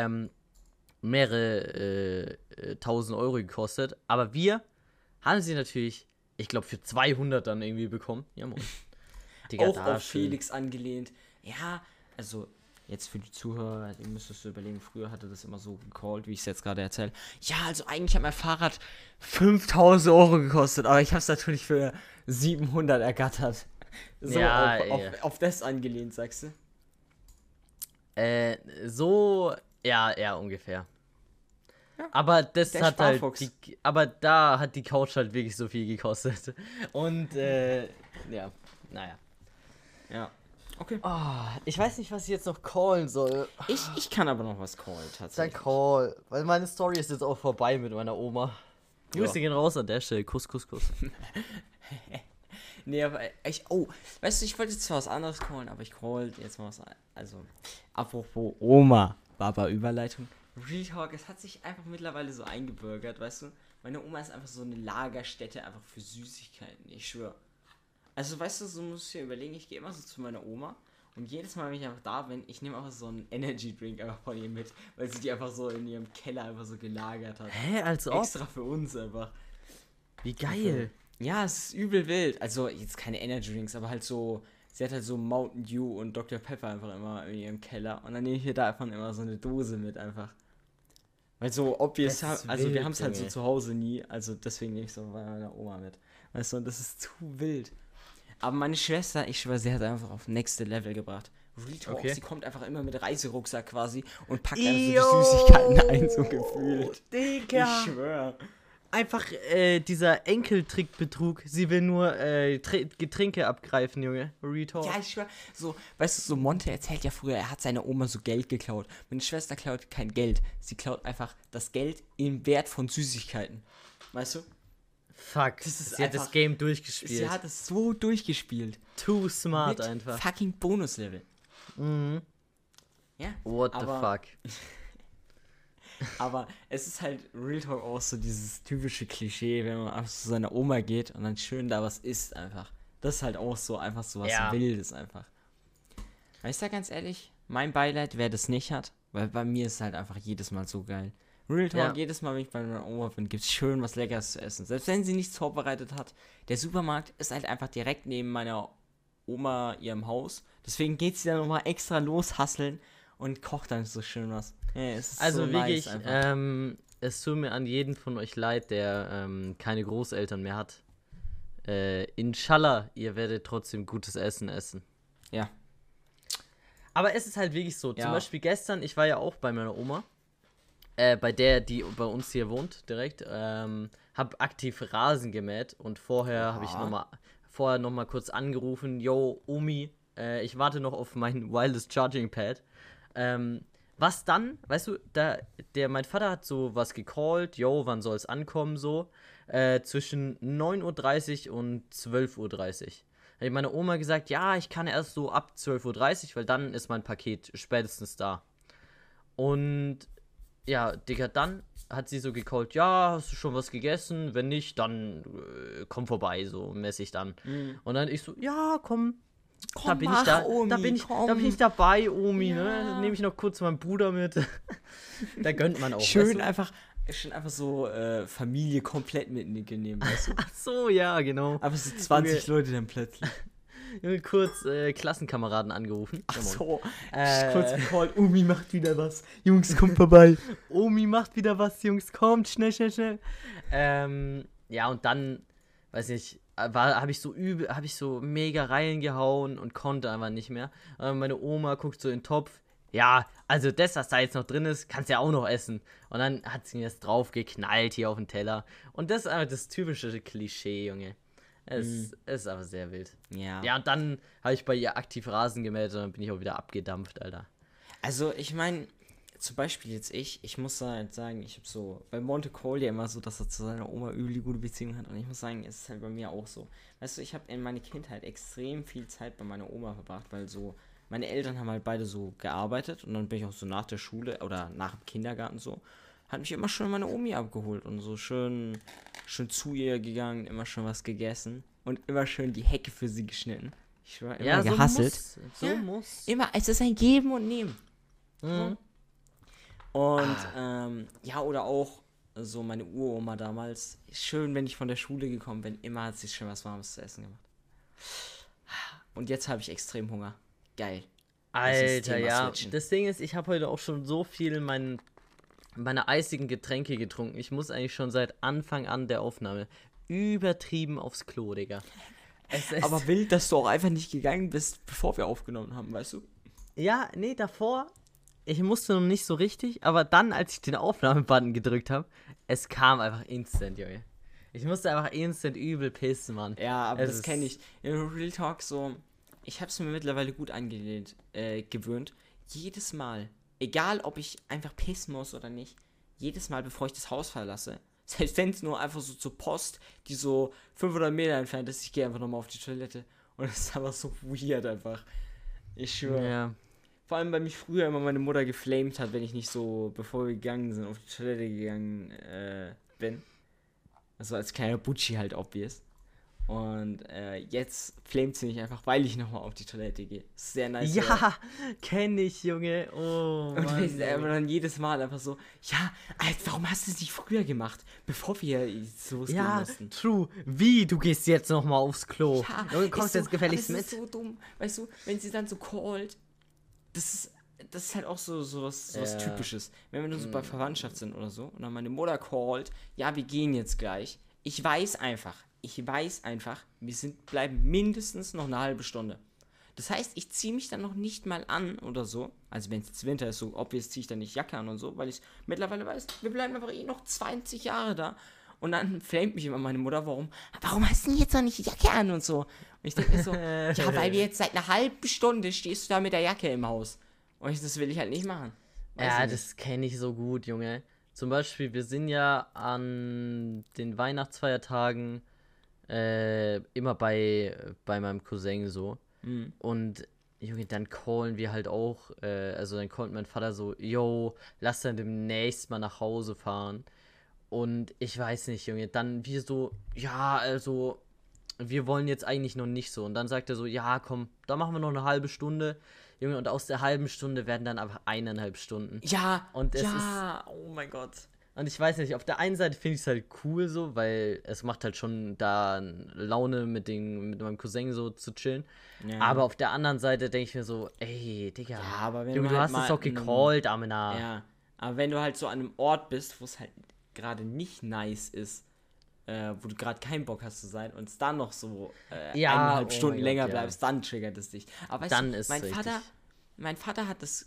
mehrere 1000 Euro gekostet. Aber wir haben sie natürlich, ich glaube, für 200 dann irgendwie bekommen. Ja, moin. Digga, Auch da auf schön. Felix angelehnt. Ja, also jetzt für die Zuhörer, ihr müsstest du überlegen, früher hatte das immer so gecallt, wie ich es jetzt gerade erzähle. Ja, also eigentlich hat mein Fahrrad 5000 Euro gekostet, aber ich habe es natürlich für 700 ergattert. So Ja, auf das angelehnt, sagst du? So, ja, ungefähr. Ja, Aber das der hat halt, Sparfuchs. aber da hat die Couch halt wirklich so viel gekostet. Und, ja, naja. Ja. Okay. Oh, ich weiß nicht, was ich jetzt noch callen soll. Ich kann aber noch was callen, Dann tatsächlich. call, weil meine Story ist jetzt auch vorbei mit meiner Oma. Grüße gehen raus an der Stelle. Kuss, Kuss, Kuss. Nee, aber weißt du, ich wollte jetzt zwar was anderes callen, aber ich call jetzt mal was, also, apropos Oma, Baba Überleitung. Real Talk, es hat sich einfach mittlerweile so eingebürgert, weißt du? Meine Oma ist einfach so eine Lagerstätte einfach für Süßigkeiten, ich schwöre. Also, weißt du, so musst du dir überlegen, ich gehe immer so zu meiner Oma und jedes Mal, wenn ich einfach da bin, ich nehme einfach so einen Energy Drink einfach von ihr mit, weil sie die einfach so in ihrem Keller einfach so gelagert hat. Hä, als ob? Extra für uns einfach. Wie geil. Ja, es ist übel wild. Also, jetzt keine Energy Drinks, aber halt so, sie hat halt so Mountain Dew und Dr. Pepper einfach immer in ihrem Keller und dann nehme ich mir davon immer so eine Dose mit einfach. Weil so obvious, Das ist also wir wild, haben es halt so Junge. zu Hause nie, also deswegen nehme ich so bei meiner Oma mit. Weißt du, und das ist zu wild. Aber meine Schwester, ich schwöre, sie hat einfach auf nächste Level gebracht. Real Talk, Okay. sie kommt einfach immer mit Reiserucksack quasi und packt einfach so die Süßigkeiten ein, so gefühlt. Digga. Ich schwöre. Einfach dieser Enkeltrickbetrug. Sie will nur Getränke abgreifen, Junge. Retalk. Ja, ich schwör, so, weißt du, so Monte erzählt ja früher, er hat seiner Oma so Geld geklaut. Meine Schwester klaut kein Geld. Sie klaut einfach das Geld im Wert von Süßigkeiten. Weißt du? Fuck. Das ist Sie hat das einfach- Game durchgespielt. Sie hat es so durchgespielt. Too smart Mit einfach. fucking Bonuslevel. Mhm. Ja. What the aber, fuck? Aber es ist halt Real Talk auch so dieses typische Klischee, wenn man einfach zu seiner Oma geht und dann schön da was isst einfach. Das ist halt auch so einfach so was Ja. Wildes einfach. Weißt du, ganz ehrlich, mein Beileid, wer das nicht hat, weil bei mir ist es halt einfach jedes Mal so geil. Real Talk, Ja. jedes Mal, wenn ich bei meiner Oma bin, gibt es schön was Leckeres zu essen. Selbst wenn sie nichts vorbereitet hat. Der Supermarkt ist halt einfach direkt neben meiner Oma ihrem Haus. Deswegen geht sie dann nochmal extra loshasseln und kocht dann so schön was. Ja, es ist Also so wirklich, nice einfach. es tut mir an jeden von euch leid, der keine Großeltern mehr hat. Inshallah, ihr werdet trotzdem gutes Essen essen. Ja. Aber es ist halt wirklich so. Ja. Zum Beispiel gestern, ich war ja auch bei meiner Oma. Bei der, die bei uns hier wohnt, direkt. Hab aktiv Rasen gemäht und vorher habe ich noch mal kurz angerufen. Yo, Omi, ich warte noch auf mein Wireless Charging Pad. Was dann, weißt du, mein Vater hat so was gecallt, yo, wann soll es ankommen, so, zwischen 9:30 Uhr und 12:30 Uhr. Da hat meine Oma gesagt, ja, ich kann erst so ab 12:30 Uhr, weil dann ist mein Paket spätestens da. Und ja, Digga, dann hat sie so gecallt, ja, hast du schon was gegessen? Wenn nicht, dann komm vorbei, so mäßig dann. Und dann ich so, ja, komm, da bin ich da, Omi, da bin ich dabei, Omi, ja. ne? Dann nehme ich noch kurz meinen Bruder mit. Da gönnt man auch. Schön weißt einfach so Familie komplett mitnehmen, weißt du? Ach so, ja, genau. Aber so 20 Leute dann plötzlich. Junge, kurz Klassenkameraden angerufen. Ach Ja, so, kurz gecallt, Omi macht wieder was. Jungs, kommt vorbei. Omi macht wieder was, Jungs, kommt, schnell, schnell, schnell. Ja, und dann, weiß nicht, habe ich so mega reingehauen und konnte einfach nicht mehr. Meine Oma guckt so in den Topf. Ja, also das, was da jetzt noch drin ist, kannst du ja auch noch essen. Und dann hat sie mir das drauf geknallt hier auf den Teller. Und das ist einfach das typische Klischee, Junge. Es ist aber sehr wild. Ja. Ja, und dann habe ich bei ihr aktiv Rasen gemäht und dann bin ich auch wieder abgedampft, Alter. Also, ich meine, zum Beispiel jetzt ich muss halt sagen, ich habe so, bei Monte Call ja immer so, dass er zu seiner Oma übel die gute Beziehung hat. Und ich muss sagen, es ist halt bei mir auch so. Weißt du, ich habe in meiner Kindheit extrem viel Zeit bei meiner Oma verbracht, weil so, meine Eltern haben halt beide so gearbeitet und dann bin ich auch so nach der Schule oder nach dem Kindergarten so, hat mich immer schön meine Omi abgeholt und so schön zu ihr gegangen, immer schon was gegessen und immer schön die Hecke für sie geschnitten. Ich war immer gehasselt. So muss. Immer, es ist ein Geben und Nehmen. Mhm. Und ja, oder auch so meine Uroma damals. Schön, wenn ich von der Schule gekommen bin, immer hat sie schön was Warmes zu essen gemacht. Und jetzt habe ich extrem Hunger. Geil. Alter, ja. Das Ding ist, ich habe heute auch schon so viel meine eisigen Getränke getrunken. Ich muss eigentlich schon seit Anfang an der Aufnahme übertrieben aufs Klo, Digga. Aber wild, dass du auch einfach nicht gegangen bist, bevor wir aufgenommen haben, weißt du? Ja, nee, davor, ich musste noch nicht so richtig, aber dann, als ich den Aufnahmebutton gedrückt habe, es kam einfach instant, Junge. Ich musste einfach instant übel pissen, Mann. Ja, aber das kenne ich. In Real Talk so, ich habe es mir mittlerweile gut gewöhnt. Jedes Mal, egal ob ich einfach pissen muss oder nicht, jedes Mal, bevor ich das Haus verlasse, selbst wenn es nur einfach so zur Post, die so 500 Meter entfernt ist, ich gehe einfach nochmal auf die Toilette. Und es ist einfach so weird einfach. Ich schwöre. Ja. Vor allem, weil mich früher immer meine Mutter geflamed hat, wenn ich nicht so, bevor wir gegangen sind, auf die Toilette gegangen bin. Also als kleiner Butschi halt obvious. Und jetzt flamet sie mich einfach, weil ich nochmal auf die Toilette gehe. Sehr nice. Ja, kenne ich, Junge. Oh, und Mann, dann jedes Mal einfach so, ja, Alter, warum hast du es nicht früher gemacht, bevor wir losgehen mussten? True. Wie, du gehst jetzt nochmal aufs Klo? Ja, du kommst jetzt gefälligst mit. Das ist so dumm. Weißt du, wenn sie dann so callt, das ist halt auch so was Typisches. Wenn wir nur so bei Verwandtschaft sind oder so und dann meine Mutter callt, ja, wir gehen jetzt gleich. Ich weiß einfach, wir bleiben mindestens noch eine halbe Stunde. Das heißt, ich ziehe mich dann noch nicht mal an oder so. Also wenn es jetzt Winter ist, so obvious ziehe ich dann nicht Jacke an und so, weil ich mittlerweile weiß, wir bleiben einfach noch 20 Jahre da. Und dann flamet mich immer meine Mutter, warum hast du denn jetzt noch nicht die Jacke an und so? Und ich denke mir so, ja, weil wir jetzt seit einer halben Stunde stehst du da mit der Jacke im Haus. Und das will ich halt nicht machen. Das kenne ich so gut, Junge. Zum Beispiel, wir sind ja an den Weihnachtsfeiertagen immer bei meinem Cousin so. Mhm. Und, Junge, dann callen wir halt auch, also dann callt mein Vater so, yo, lass dann demnächst mal nach Hause fahren. Und ich weiß nicht, Junge, dann wir so, ja, also, wir wollen jetzt eigentlich noch nicht so. Und dann sagt er so, ja, komm, da machen wir noch eine halbe Stunde. Junge, und aus der halben Stunde werden dann einfach 1,5 Stunden. Ja, und es ist, oh mein Gott. Und ich weiß nicht, auf der einen Seite finde ich es halt cool so, weil es macht halt schon da Laune mit meinem Cousin so zu chillen. Ja. Aber auf der anderen Seite denke ich mir so, ey, Digga, ja, aber wenn Junge, du halt hast es doch gecallt, Amina. Ja, aber wenn du halt so an einem Ort bist, wo es halt gerade nicht nice ist, wo du gerade keinen Bock hast zu sein und es dann noch so 1,5 Stunden länger bleibst, dann triggert es dich. Aber dann weißt du, mein Vater hat das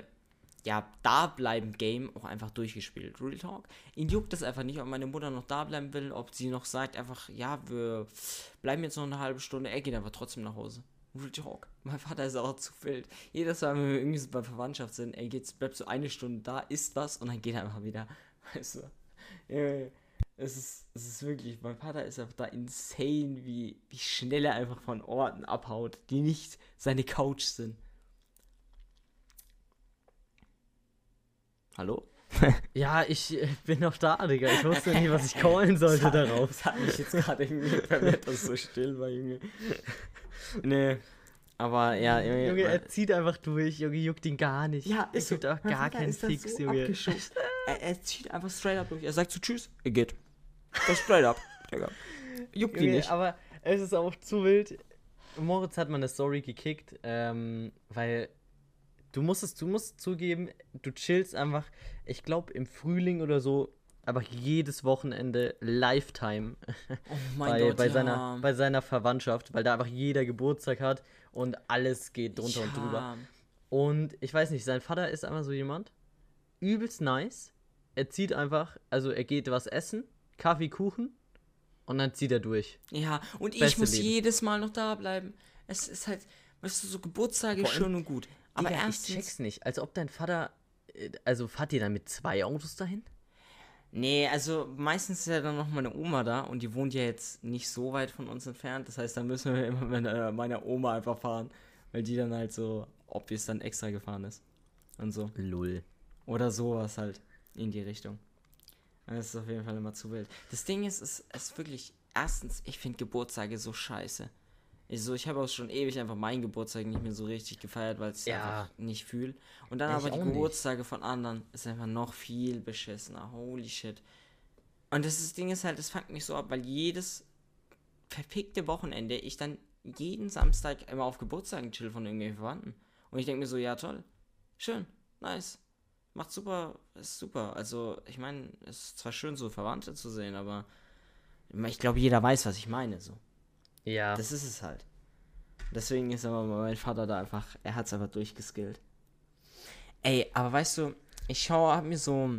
da bleiben Game auch einfach durchgespielt. Real Talk. Ihn juckt das einfach nicht, ob meine Mutter noch da bleiben will, ob sie noch sagt einfach, ja, wir bleiben jetzt noch eine halbe Stunde, er geht einfach trotzdem nach Hause. Real Talk. Mein Vater ist auch zu wild. Jedes Mal, wenn wir irgendwie so bei Verwandtschaft sind, ey, bleibst du eine Stunde da, isst was und dann geht er einfach wieder. Weißt du? Ja, es ist wirklich, mein Vater ist einfach da insane, wie schnell er einfach von Orten abhaut, die nicht seine Couch sind. Hallo? Ja, ich bin noch da, Digga. Ich wusste nicht, was ich callen sollte darauf. Das hat mich jetzt gerade irgendwie verwirrt, dass es so still war, Junge. Nee, aber ja, Junge, er zieht einfach durch, Junge, juckt ihn gar nicht. Ja, es gibt auch gar keinen Fix, so Junge. Er zieht einfach straight up durch. Er sagt so tschüss, er geht. Das straight up, Digga. Juckt ihn nicht. Aber es ist auch zu wild. Moritz hat mal eine Story gekickt, weil du musst zugeben, du chillst einfach, ich glaube im Frühling oder so, aber jedes Wochenende Lifetime Oh mein Gott, bei seiner Verwandtschaft, weil da einfach jeder Geburtstag hat und alles geht drunter und drüber. Und ich weiß nicht, sein Vater ist einfach so jemand, übelst nice, er zieht einfach, also er geht was essen, Kaffee, Kuchen und dann zieht er durch. Ja, und Beste ich muss Leben. jedes Mal noch da bleiben. Es ist halt, weißt du, so Geburtstage ist schön und gut. Aber Digga, erstens, ich check's nicht, als ob dein Vater, also fahrt ihr dann mit 2 Autos dahin? nee, also meistens ist ja dann noch meine Oma da und die wohnt ja jetzt nicht so weit von uns entfernt. Das heißt, da müssen wir immer mit meiner Oma einfach fahren, weil die dann halt so, obvious dann extra gefahren ist. Und so. Lull. Oder sowas halt in die Richtung. Das ist auf jeden Fall immer zu wild. Das Ding ist, es ist wirklich, erstens, ich finde Geburtstage so scheiße. Ich habe auch schon ewig einfach meinen Geburtstag nicht mehr so richtig gefeiert, weil ich es einfach nicht fühle. Und dann aber die Geburtstage von anderen ist einfach noch viel beschissener. Holy shit. Und das Ding ist halt, das fuckt mich so ab, weil jedes verfickte Wochenende ich dann jeden Samstag immer auf Geburtstagen chill von irgendwelchen Verwandten. Und ich denke mir so, ja toll, schön, nice, macht super, ist super. Also ich meine, es ist zwar schön so Verwandte zu sehen, aber ich glaube jeder weiß, was ich meine, so. Ja. Das ist es halt. Deswegen ist aber mein Vater da einfach, er hat es einfach durchgeskillt. Ey, aber weißt du, hab mir so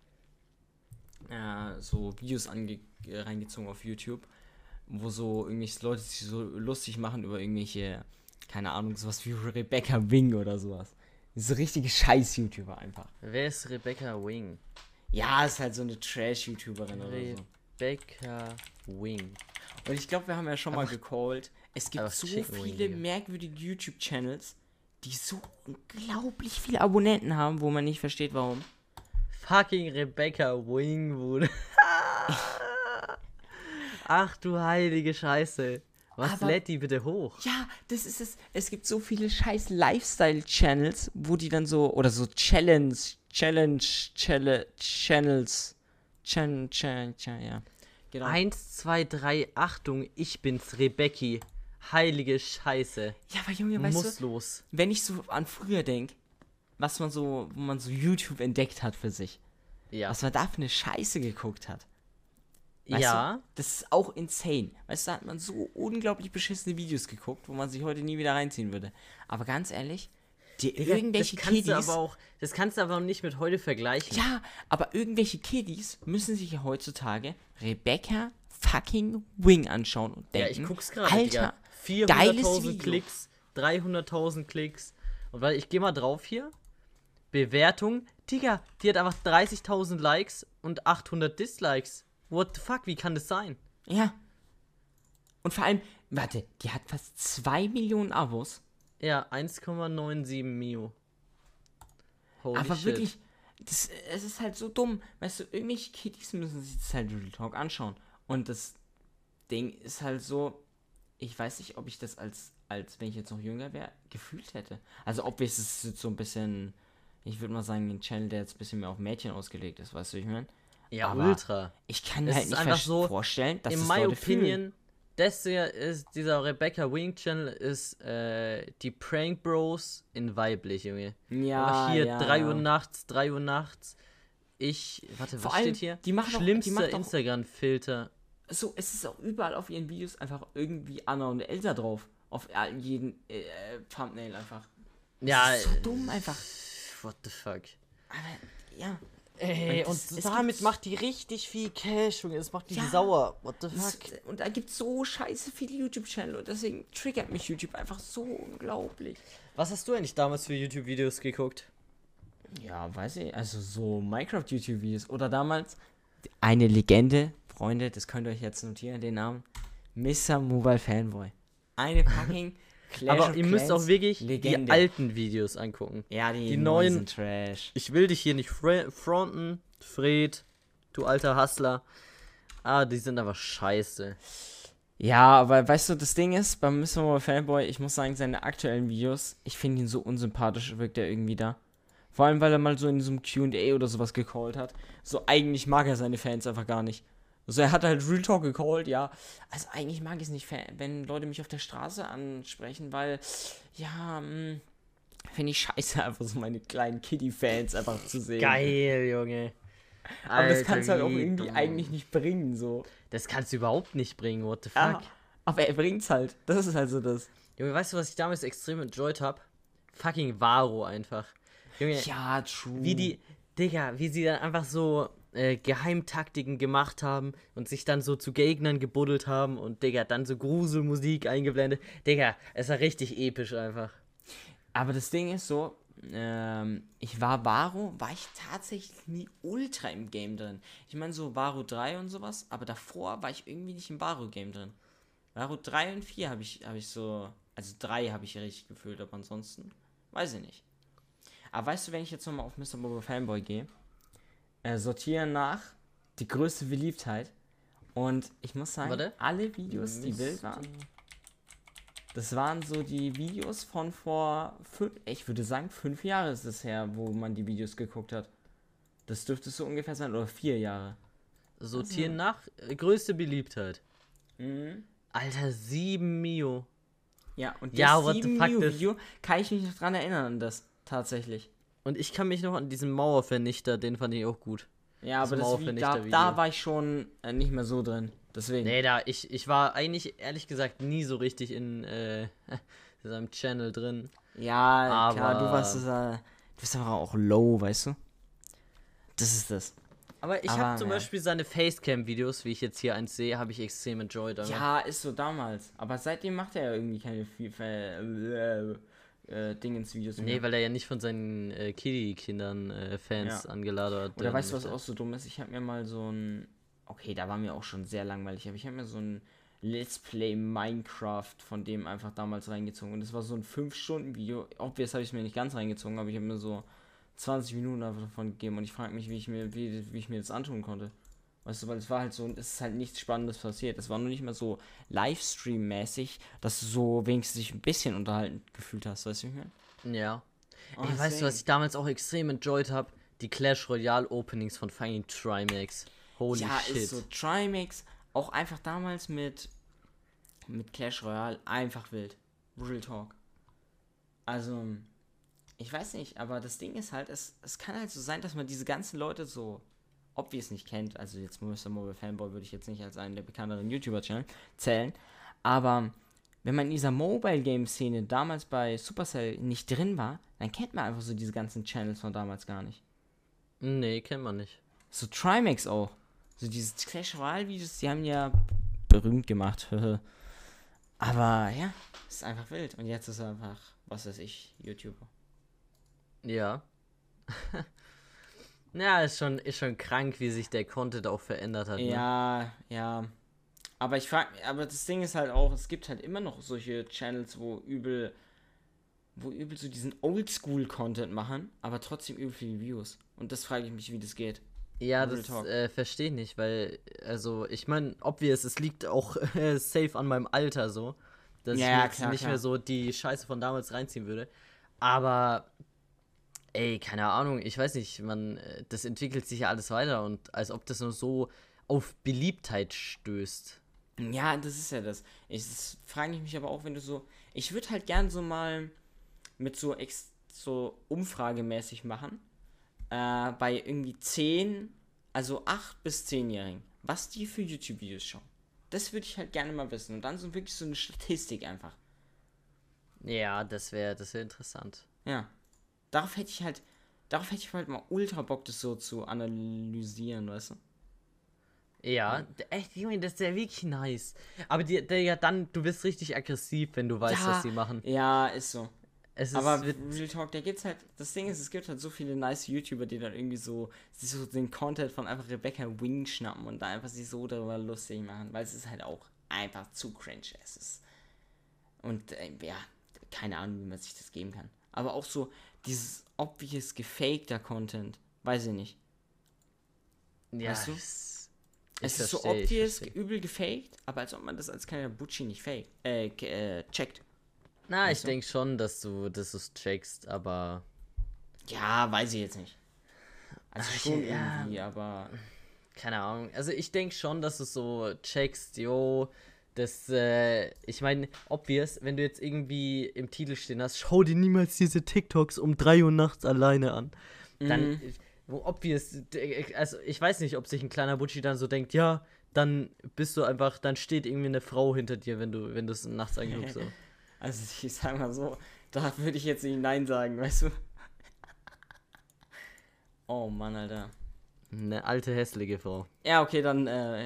Videos reingezogen auf YouTube, wo so irgendwelche Leute sich so lustig machen über irgendwelche, keine Ahnung, sowas wie Rebecca Wing oder sowas. Diese richtige Scheiß-YouTuber einfach. Wer ist Rebecca Wing? Ja, ist halt so eine Trash-YouTuberin oder so. Rebecca Wing. Und ich glaube, wir haben ja schon mal gecallt. Es gibt so viele merkwürdige YouTube-Channels, die so unglaublich viele Abonnenten haben, wo man nicht versteht, warum. Fucking Rebecca Wing, Bruder. Ach du heilige Scheiße. Was lädt die bitte hoch? Ja, das ist es. Es gibt so viele scheiß Lifestyle-Channels, wo die dann so, oder so Channels. Ja. Genau. 1, 2, 3, Achtung, ich bin's, Rebecki. Heilige Scheiße. Ja, aber Junge, weißt du, los. Wenn ich so an früher denke, wo man so YouTube entdeckt hat für sich. Ja. Was man da für eine Scheiße geguckt hat. Weißt du, das ist auch insane. Weißt du, da hat man so unglaublich beschissene Videos geguckt, wo man sich heute nie wieder reinziehen würde. Aber ganz ehrlich, irgendwelche Kiddies... Das kannst du aber auch nicht mit heute vergleichen. Ja, aber irgendwelche Kiddies müssen sich ja heutzutage Rebecca fucking Wing anschauen und denken, ja, ich guck's gerade, Alter, 400.000 Klicks, 300.000 Klicks. Und weil ich gehe mal drauf hier. Bewertung. Digga, die hat einfach 30.000 Likes und 800 Dislikes. What the fuck, wie kann das sein? Ja. Und vor allem, warte, die hat fast 2 Millionen Abos. Ja, 1,97 Mio. Holy aber shit. Wirklich, es ist halt so dumm. Weißt du, irgendwelche Kiddies müssen sich das halt Real Talk anschauen. Und das Ding ist halt so, ich weiß nicht, ob ich das als wenn ich jetzt noch jünger wäre, gefühlt hätte. Also ob es jetzt so ein bisschen, ich würde mal sagen, ein Channel, der jetzt ein bisschen mehr auf Mädchen ausgelegt ist, weißt du, wie ich meine? Ja, aber ultra. Ich kann mir halt nicht vorstellen, dass in das my Leute opinion, dieser Rebecca Wing Channel ist die Prank Bros in weiblich, Junge. Ja, aber hier ja. 3 Uhr nachts. Warte, was steht hier? Die macht schlimmster Instagram-Filter. So, es ist auch überall auf ihren Videos einfach irgendwie Anna und Elsa drauf. Auf jeden Thumbnail einfach. Ja. Das ist so dumm einfach. What the fuck? Aber, ja. Ey, und damit macht die richtig viel Cash, Junge. Das macht die sauer. What the fuck? Und da gibt es so scheiße viele YouTube-Channel und deswegen triggert mich YouTube einfach so unglaublich. Was hast du eigentlich damals für YouTube-Videos geguckt? Ja, weiß ich, also so Minecraft-YouTube-Videos oder damals eine Legende, Freunde, das könnt ihr euch jetzt notieren, den Namen, Mr. Mobile Fanboy. Eine fucking Clash Aber ihr müsst auch wirklich Legende. Die alten Videos angucken. Ja, die neuen sind Trash. Ich will dich hier nicht fronten, Fred, du alter Hustler. Die sind aber scheiße. Ja, aber weißt du, das Ding ist, beim Mr. Mobile Fanboy, ich muss sagen, seine aktuellen Videos, ich finde ihn so unsympathisch, wirkt er irgendwie da. Vor allem, weil er mal so in diesem Q&A oder sowas gecallt hat. So, eigentlich mag er seine Fans einfach gar nicht. Also, er hat halt Real Talk gecallt, ja. Also, eigentlich mag ich es nicht, wenn Leute mich auf der Straße ansprechen, weil, ja, finde ich scheiße, einfach so meine kleinen Kitty-Fans einfach zu sehen. Geil, Junge. Aber das kannst du halt auch irgendwie eigentlich nicht bringen, so. Das kannst du überhaupt nicht bringen, what the fuck? Ja, aber er bringt's halt. Das ist halt so das. Junge, weißt du, was ich damals extrem enjoyed habe? Fucking Varo einfach. Junge, ja, true. Wie sie dann einfach so Geheimtaktiken gemacht haben und sich dann so zu Gegnern gebuddelt haben und, Digga, dann so Gruselmusik eingeblendet. Digga, es war richtig episch einfach. Aber das Ding ist so, war ich tatsächlich nie ultra im Game drin. Ich meine so Varo 3 und sowas, aber davor war ich irgendwie nicht im Varo-Game drin. Varo 3 und 4 habe ich so, also 3 habe ich richtig gefühlt, aber ansonsten, weiß ich nicht. Aber weißt du, wenn ich jetzt nochmal auf Mr. Mobile Fanboy gehe, sortieren nach die größte Beliebtheit und ich muss sagen, alle Videos, die wild waren, das waren so die Videos von vor 5 Jahre ist es her, wo man die Videos geguckt hat. Das dürfte so ungefähr sein, oder 4 Jahre. Sortieren nach größte Beliebtheit. Mhm. Alter, 7 Mio. Ja, und das 7 Mio Video kann ich mich noch dran erinnern an das, tatsächlich. Und ich kann mich noch an diesen Mauervernichter, den fand ich auch gut. Ja, aber da war ich schon nicht mehr so drin. Deswegen. Nee, ich war eigentlich, ehrlich gesagt, nie so richtig in seinem Channel drin. Ja, aber klar, du bist einfach auch low, weißt du? Das ist das. Aber ich habe zum Beispiel seine Facecam-Videos, wie ich jetzt hier eins sehe, habe ich extrem enjoyed. Aber. Ja, ist so damals. Aber seitdem macht er ja irgendwie keine Dingens-Videos mehr. Nee, weil er ja nicht von seinen Kiddie-Kindern Fans angeladen hat. Oder weißt du, was auch so dumm ist? Ich habe mir mal so ein... Okay, da war mir auch schon sehr langweilig, aber ich habe mir so ein Let's Play Minecraft von dem einfach damals reingezogen. Und das war so ein 5-Stunden-Video. Obvious habe ich mir nicht ganz reingezogen, aber ich habe mir so 20 Minuten einfach davon gegeben. Und ich frage mich, wie ich mir das antun konnte. Weißt du, weil es war halt so, es ist halt nichts Spannendes passiert. Es war nur nicht mal so Livestream-mäßig, dass du so wenigstens dich ein bisschen unterhalten gefühlt hast, weißt du, wie ich meine? Ja. Ey, weißt du, was ich damals auch extrem enjoyed habe? Die Clash Royale Openings von fucking Trimax. Holy shit. Ist so Trimax, auch einfach damals mit Clash Royale einfach wild. Real Talk. Also, ich weiß nicht, aber das Ding ist halt, es kann halt so sein, dass man diese ganzen Leute so obvious nicht kennt. Also jetzt Mr. Mobile Fanboy würde ich jetzt nicht als einen der bekannteren YouTuber-Channel zählen. Aber wenn man in dieser Mobile-Game-Szene damals bei Supercell nicht drin war, dann kennt man einfach so diese ganzen Channels von damals gar nicht. Nee, kennt man nicht. So Trimax auch. So diese Clash Royale-Videos, die haben ja berühmt gemacht. Aber ja, ist einfach wild. Und jetzt ist er einfach, was weiß ich, YouTuber. Ja. Ja, ist schon krank, wie sich der Content auch verändert hat. Ja, ne? Ja. Aber aber das Ding ist halt auch, es gibt halt immer noch solche Channels, wo übel so diesen Oldschool-Content machen, aber trotzdem übel viele Views. Und das frage ich mich, wie das geht. Ja, das verstehe ich nicht, weil, also, ich meine, obvious, es liegt auch safe an meinem Alter so, dass ich mir jetzt nicht mehr so die Scheiße von damals reinziehen würde. Aber, ey, keine Ahnung, ich weiß nicht, das entwickelt sich ja alles weiter und als ob das nur so auf Beliebtheit stößt. Ja, das ist ja das. Frage ich mich aber auch, wenn du so, ich würde halt gern so mal mit so umfragemäßig machen, bei irgendwie 8 bis 10-Jährigen, was die für YouTube-Videos schauen. Das würde ich halt gerne mal wissen. Und dann so wirklich so eine Statistik einfach. Ja, das wäre interessant. Ja. Darauf hätte ich halt darauf hätte ich halt mal ultra Bock, das so zu analysieren, weißt du? Ja, echt, Junge, das ist ja wirklich nice. Aber Digga, dann, du bist richtig aggressiv, wenn du weißt, was sie machen. Ja, ist so. Es ist, Aber Real Talk, da gibt's halt, das Ding ist, es gibt halt so viele nice YouTuber, die dann irgendwie so, sich so den Content von einfach Rebecca Wing schnappen und da einfach sich so darüber lustig machen, weil es ist halt auch einfach zu cringe. Es ist, und ja, keine Ahnung, wie man sich das geben kann. Aber auch so dieses obvious gefakter Content, weiß ich nicht. ja, weißt du? es ist so obvious übel gefaked, aber als ob man das als kleiner Butchi nicht checkt. Na, Weißt ich du? denke schon, dass du es checkst, aber Ja, weiß ich jetzt nicht. Also schon ja. irgendwie, aber keine Ahnung. Also ich denke schon, dass du so checkst, jo, das, ich meine, obvious, wenn du jetzt irgendwie im Titel stehen hast, schau dir niemals diese TikToks um 3 Uhr nachts alleine an. Dann, obvious, also ich weiß nicht, ob sich ein kleiner Butchi dann so denkt, ja, dann bist du einfach, dann steht irgendwie eine Frau hinter dir, wenn du es nachts anguckst. So. also ich sag mal so, da würde ich jetzt nicht Nein sagen, weißt du? Oh Mann, Alter. Eine alte, hässliche Frau. Ja, okay, dann,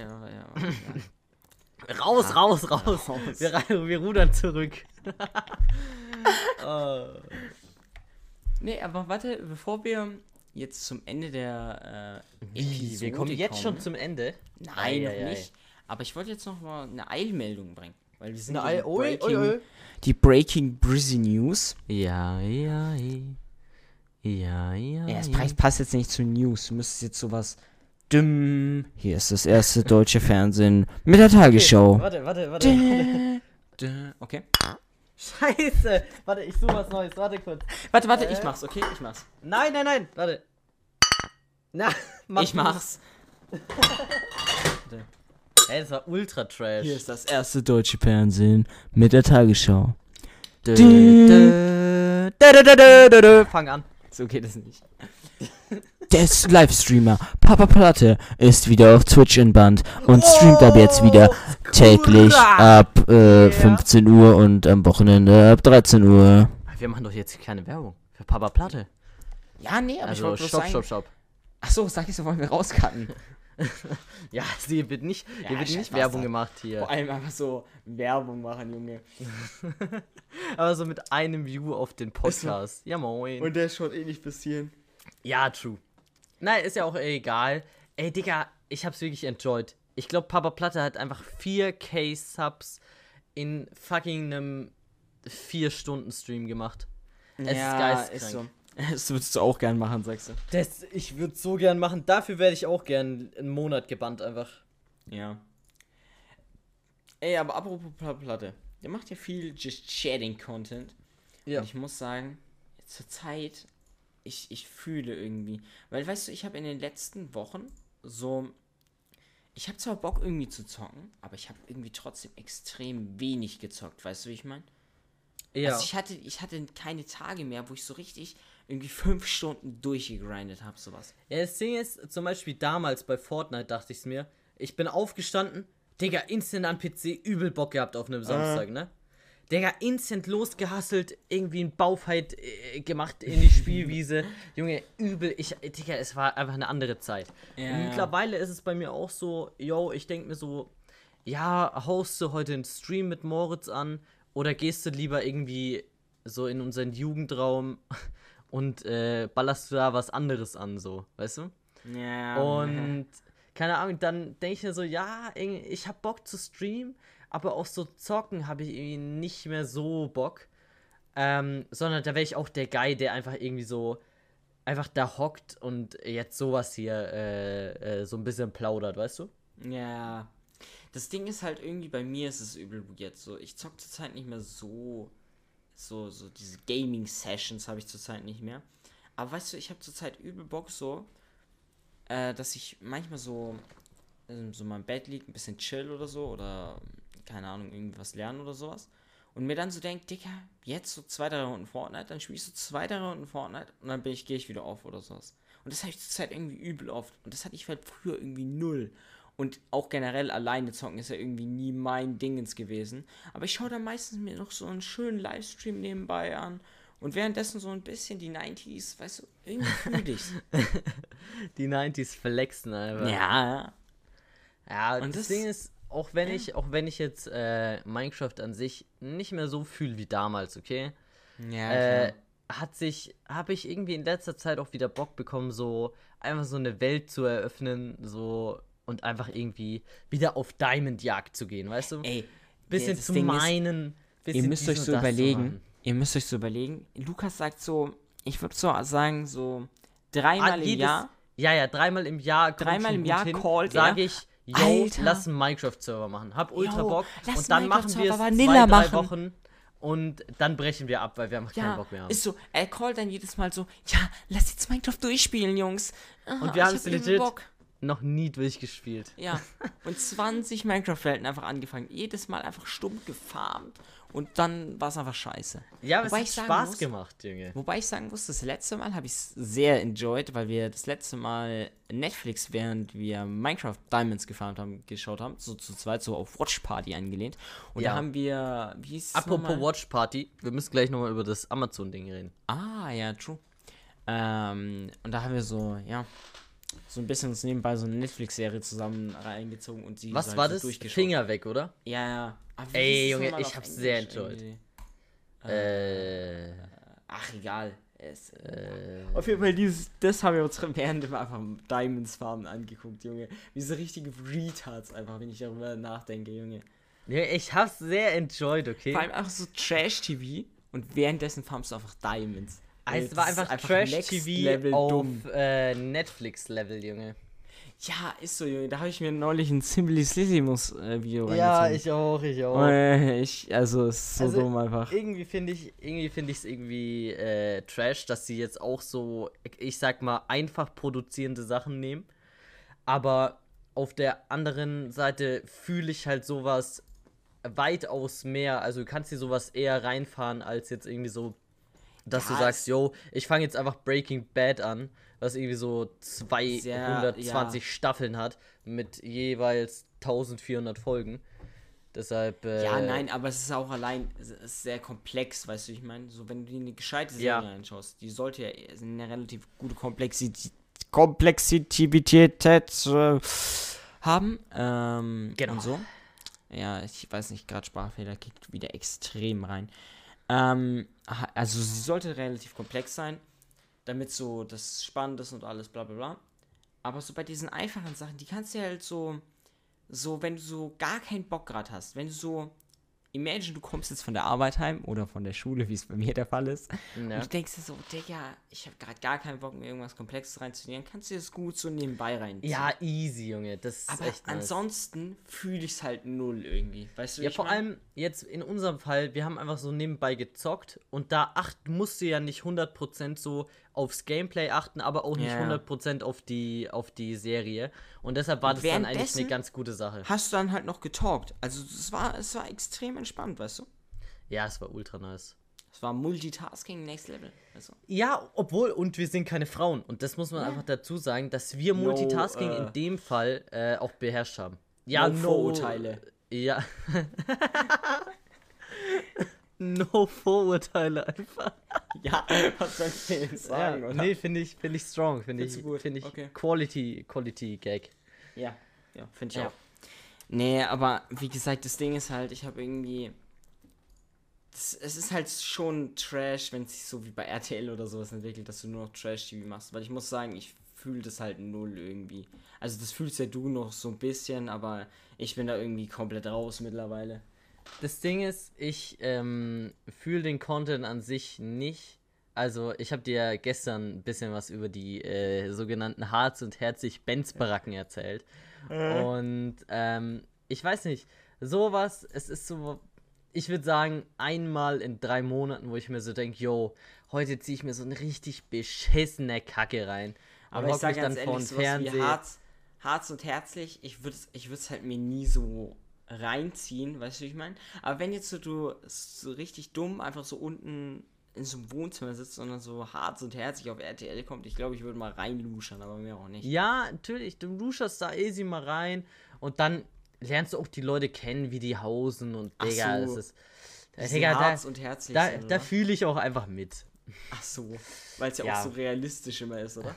Raus. Wir rudern zurück. Nee, aber warte, bevor wir jetzt zum Ende der Episode Wir kommen jetzt schon zum Ende? Nein, noch nicht. Aber ich wollte jetzt noch mal eine Eilmeldung bringen. Weil wir sind die Breaking Brizzy News. Ja. Ja, es passt jetzt nicht zu News. Du müsstest jetzt sowas... Hier ist das erste deutsche Fernsehen mit der Tagesschau. Okay, warte. Okay. Scheiße. Warte, ich suche was Neues. Warte kurz. Warte, ich mach's, okay? Ich mach's. Nein. Warte. Na, ich mach's. Ey, das war ultra trash. Hier ist das erste deutsche Fernsehen mit der Tagesschau. Fang an. So geht es nicht. Der Livestreamer Papa Platte ist wieder auf Twitch in Band und streamt ab jetzt wieder täglich ab 15 Uhr und am Wochenende ab 13 Uhr. Wir machen doch jetzt keine Werbung für Papa Platte. Ja, nee, aber also, ich wollte sagen... Stopp. Achso, sag ich so, wollen wir rauscutten. Ja, hier wird nicht Werbung gemacht hier. Vor allem einfach so Werbung machen, Junge. Aber so mit einem View auf den Podcast. Ja, moin. Und der schaut eh nicht passieren. Ja, true. Nein, ist ja auch egal. Ey, Digga, ich hab's wirklich enjoyed. Ich glaube, Papa Platte hat einfach 4K Subs in fucking einem 4-Stunden-Stream gemacht. Es ist geisteskrank. Ist so. Das würdest du auch gern machen, sagst du. Ich würde so gern machen. Dafür werde ich auch gern einen Monat gebannt einfach. Ja. Ey, aber apropos Platte. Der macht ja viel Just Chatting Content. Ja. Und ich muss sagen, zur Zeit, ich fühle irgendwie. Weil, weißt du, ich habe in den letzten Wochen so... Ich habe zwar Bock irgendwie zu zocken, aber ich habe irgendwie trotzdem extrem wenig gezockt. Weißt du, wie ich meine? Ja. Also ich hatte keine Tage mehr, wo ich so richtig irgendwie 5 Stunden durchgegrindet habe, sowas. Ja, das Ding ist, zum Beispiel damals bei Fortnite dachte ich's mir, ich bin aufgestanden, Digga, instant am PC, übel Bock gehabt auf einem Samstag, ne? Digga, instant losgehasselt, irgendwie ein Baufight gemacht in die Spielwiese. Junge, übel, Digga, es war einfach eine andere Zeit. Ja, und mittlerweile ist es bei mir auch so, ich denke mir so, ja, haust du heute einen Stream mit Moritz an oder gehst du lieber irgendwie so in unseren Jugendraum und ballerst du da was anderes an, so, weißt du? Ja. Und keine Ahnung, dann denke ich mir so, ja, ich hab Bock zu streamen, aber auf so Zocken habe ich irgendwie nicht mehr so Bock. Sondern da wäre ich auch der Guy, der einfach irgendwie so einfach da hockt und jetzt sowas hier so ein bisschen plaudert, weißt du? Ja. Das Ding ist halt irgendwie, bei mir ist es übel jetzt so. Ich zock zurzeit nicht mehr so diese Gaming-Sessions habe ich zurzeit nicht mehr. Aber weißt du, ich habe zurzeit übel Bock so, dass ich manchmal so mal im Bett liege, ein bisschen chill oder so, oder keine Ahnung, irgendwas lernen oder sowas. Und mir dann so denkt, Digga, jetzt so 2-3 Runden Fortnite, dann spiele ich so 2-3 Runden Fortnite und dann gehe ich wieder auf oder sowas. Und das habe ich zurzeit irgendwie übel oft. Und das hatte ich halt früher irgendwie null. Und auch generell alleine zocken ist ja irgendwie nie mein Dingens gewesen. Aber ich schaue da meistens mir noch so einen schönen Livestream nebenbei an Und währenddessen so ein bisschen die 90s, weißt du, irgendwie fühl ich's. Die 90s flexen einfach. Ja. Ja, Und das das- Ding ist, auch wenn ich jetzt Minecraft an sich nicht mehr so fühle wie damals, okay? Ja, klar. Habe ich irgendwie in letzter Zeit auch wieder Bock bekommen, so einfach so eine Welt zu eröffnen, so und einfach irgendwie wieder auf Diamond-Jagd zu gehen, weißt du? Ey, Bisschen das zu Ding ist, meinen, ihr bisschen müsst dies euch und so das zu überlegen, machen. Lukas sagt so, ich würde so sagen, so dreimal im Jahr. Ja, dreimal im Jahr komme ich Dreimal schon im gut Jahr hin, callt sage er, ich, yo, Alter. lass einen Minecraft-Server machen. Hab ultra Yo, Bock. lass Und dann machen wir es Minecraft-Server Vanilla 2-3 machen. Wochen und dann brechen wir ab, weil wir einfach keinen Ja, Bock mehr haben. ist so, er callt dann jedes Mal so, ja, lass jetzt Minecraft durchspielen, Jungs. Und wir haben ich es hab irgendwie legit Bock. noch nie durchgespielt. Ja, und 20 Minecraft-Welten einfach angefangen. Jedes Mal einfach stumpf gefarmt. Und dann war es einfach scheiße. Ja, aber Wobei es ich hat sagen Spaß muss- gemacht, Junge. Wobei ich sagen muss, das letzte Mal habe ich es sehr enjoyed, weil wir das letzte Mal Netflix, während wir Minecraft Diamonds gefarmt haben, geschaut haben. So zu zweit, so auf Watch Party angelehnt. Und Ja. da haben wir, wie hieß es Apropos nochmal? Watch Party, wir müssen gleich nochmal über das Amazon-Ding reden. Ah, ja, true. Und da haben wir so, ja, so ein bisschen uns nebenbei so eine Netflix-Serie zusammen reingezogen und sie Was so war halt so das? durchgeschaut. Finger weg, oder? Ja, ja. Aber wie Ey, hieß es Junge, nochmal ich auf hab's sehr Englisch enjoyed. irgendwie? Ach, egal. Auf jeden Fall, das haben wir uns während wir einfach Diamonds Farmen angeguckt, Junge. Wie so richtige Retards einfach, wenn ich darüber nachdenke, Junge. Ja, ich hab's sehr enjoyed, okay? Vor allem einfach so Trash-TV und währenddessen farmst du einfach Diamonds. Also, es Das war ist einfach Next Trash-TV Level auf dumm. Netflix-Level, Junge. Ja, ist so, Junge. Da habe ich mir neulich ein Simplicissimus Video Ich auch. also, es ist so Also, dumm einfach. Irgendwie finde ich es irgendwie trash, dass sie jetzt auch so, ich sag mal, einfach produzierende Sachen nehmen. Aber auf der anderen Seite fühle ich halt sowas weitaus mehr. Also du kannst dir sowas eher reinfahren, als jetzt irgendwie so, dass Ja, du sagst, yo, ich fange jetzt einfach Breaking Bad an, was irgendwie so 220 Staffeln hat, mit jeweils 1400 Folgen. Deshalb, Ja, nein, aber es ist auch allein, es ist sehr komplex, weißt du, ich meine, so wenn du dir eine gescheite Serie anschaust, die sollte ja eine relativ gute Komplexität haben, Genau. und so. Ja, ich weiß nicht, gerade Sprachfehler kickt wieder extrem rein. Also sie sollte relativ komplex sein, damit so das spannend ist und alles, bla bla bla. Aber so bei diesen einfachen Sachen, die kannst du ja halt so, wenn du so gar keinen Bock gerade hast, wenn du so, imagine, du kommst jetzt von der Arbeit heim oder von der Schule, wie es bei mir der Fall ist, und du denkst dir so, Digga, ich habe gerade gar keinen Bock, mir irgendwas Komplexes reinzunehmen, kannst du das gut so nebenbei reinziehen. Ja, easy, Junge, das ist aber echt nice. ansonsten fühle ich es halt null irgendwie, weißt du, wie Ja, ich vor mein? allem jetzt in unserem Fall, wir haben einfach so nebenbei gezockt und da musst du ja nicht 100% so aufs Gameplay achten, aber auch nicht Ja. 100% auf die Serie. Und deshalb war das dann eigentlich Währenddessen eine ganz gute Sache. Hast du dann halt noch getalkt, also es war extrem entspannt, weißt du. Ja, es war ultra nice. Es war Multitasking Next Level, weißt du. Ja, obwohl, und wir sind keine Frauen. Und das muss man einfach dazu sagen, dass wir Multitasking in dem Fall auch beherrscht haben. Ja, No Vorurteile. Ja. No Vorurteile einfach. Ja, was soll ich denn sagen, Ja, oder? nee, finde ich strong. Finde Findest du gut? ich Okay. Quality Gag. Ja, finde ich Ja. auch. Nee, aber wie gesagt, das Ding ist halt, ich habe irgendwie. Es ist halt schon Trash, wenn es sich so wie bei RTL oder sowas entwickelt, dass du nur noch Trash-TV machst. Weil ich muss sagen, ich fühle das halt null irgendwie. Also, das fühlst ja du noch so ein bisschen, aber ich bin da irgendwie komplett raus mittlerweile. Das Ding ist, ich fühle den Content an sich nicht. Also, ich habe dir gestern ein bisschen was über die sogenannten Harz- und Herzig-Benz-Baracken erzählt. Und ich weiß nicht, sowas, es ist so, ich würde sagen, einmal in 3 Monaten, wo ich mir so denke, yo, heute ziehe ich mir so eine richtig beschissene Kacke rein. Und Aber ich hock sage mich ganz dann vor ehrlich, den sowas wie Fernseher. Harz und Herzlich, ich würde es halt mir nie so reinziehen, weißt du, wie ich meine? Aber wenn jetzt du so richtig dumm einfach so unten in so einem Wohnzimmer sitzt und dann so Harz und Herzlich auf RTL kommt, ich glaube, ich würde mal reinluschern, aber mir auch nicht. Ja, natürlich, du luschst da easy mal rein und dann lernst du auch die Leute kennen, wie die hausen und Ach Digga, so, das ist. Wie sie Digga, Harz und Herzlich sind, da oder? fühle ich auch einfach mit. Ach so, weil es ja Ja. auch so realistisch immer ist, oder?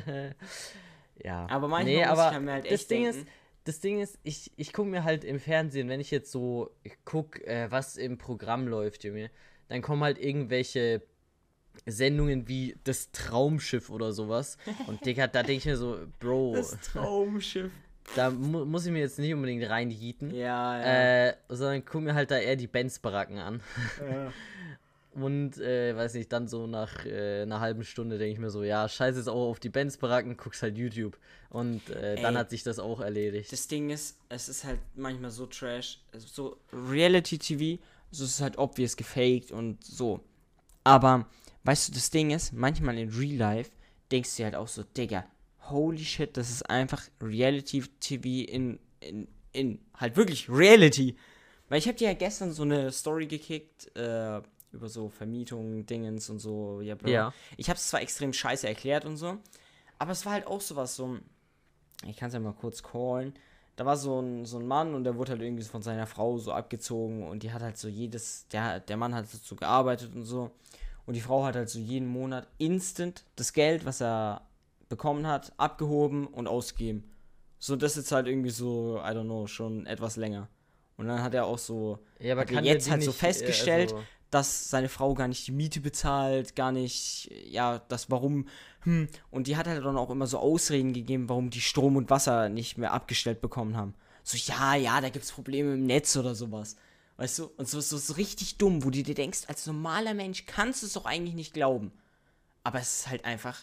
Ja. Aber manchmal nee, muss aber ich mir halt das echt Ding denken, ist, das Ding ist, ich gucke mir halt im Fernsehen, wenn ich jetzt so gucke, was im Programm läuft, Junge, dann kommen halt irgendwelche Sendungen wie das Traumschiff oder sowas. Und Digga, da denke ich mir so, Bro, das Traumschiff. da muss ich mir jetzt nicht unbedingt reinjieten. Ja. Sondern guck mir halt da eher die Benz-Baracken an. Ja. Und, weiß nicht, dann so nach einer halben Stunde denke ich mir so, ja, scheiß jetzt auch auf die Benz-Baracken, guckst halt YouTube. Und dann hat sich das auch erledigt. Das Ding ist, es ist halt manchmal so Trash, also so Reality-TV, so ist es halt obvious gefaked und so. Aber, weißt du, das Ding ist, manchmal in Real Life denkst du dir halt auch so, Digga, holy shit, das ist einfach Reality-TV in halt wirklich Reality. Weil ich hab dir ja gestern so eine Story gekickt, über so Vermietung, Dingens und so, ja, bla. Ja. Ich hab's zwar extrem scheiße erklärt und so, aber es war halt auch sowas, so, ich kann es ja mal kurz callen. Da war so ein Mann und der wurde halt irgendwie von seiner Frau so abgezogen und die hat halt so der Mann hat so gearbeitet und so. Und die Frau hat halt so jeden Monat instant das Geld, was er bekommen hat, abgehoben und ausgegeben. So, das ist halt irgendwie so, I don't know, schon etwas länger. Und dann hat er auch so, Ja, aber hat er kann jetzt der die halt so nicht, festgestellt, also- dass seine Frau gar nicht die Miete bezahlt, gar nicht, ja, das warum, und die hat halt dann auch immer so Ausreden gegeben, warum die Strom und Wasser nicht mehr abgestellt bekommen haben. So, ja, da gibt's Probleme im Netz oder sowas. Weißt du? Und so richtig dumm, wo du dir denkst, als normaler Mensch kannst du es doch eigentlich nicht glauben. Aber es ist halt einfach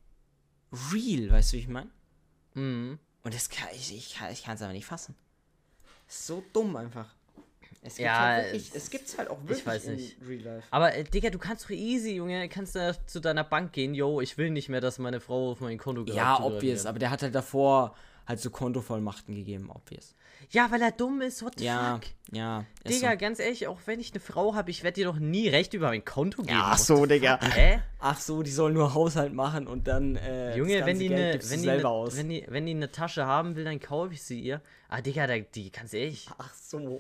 real, weißt du, wie ich meine? Mhm. Und ich kann es aber nicht fassen. Es ist so dumm einfach. Es Ja, halt wirklich, es gibt's halt auch wirklich ich weiß in nicht. Real Life. Aber, Digga, du kannst doch easy, Junge, kannst da zu deiner Bank gehen, yo, ich will nicht mehr, dass meine Frau auf mein Konto Ja, zugreifen obvious, kann. aber der hat halt davor halt so Kontovollmachten gegeben, obvious. Ja, weil er dumm ist, what the Ja, fuck? ja. ist Digga, so. ganz ehrlich, auch wenn ich eine Frau habe, ich werde dir doch nie Recht über mein Konto geben. Ja, ach What so, the Digga. fuck, hä? Ach so, die sollen nur Haushalt machen und dann Junge, das wenn ganze die Geld eine gibst du selber aus. wenn die eine Tasche haben will, dann kaufe ich sie ihr. Ah, Digga, die ganz ehrlich. Ach so.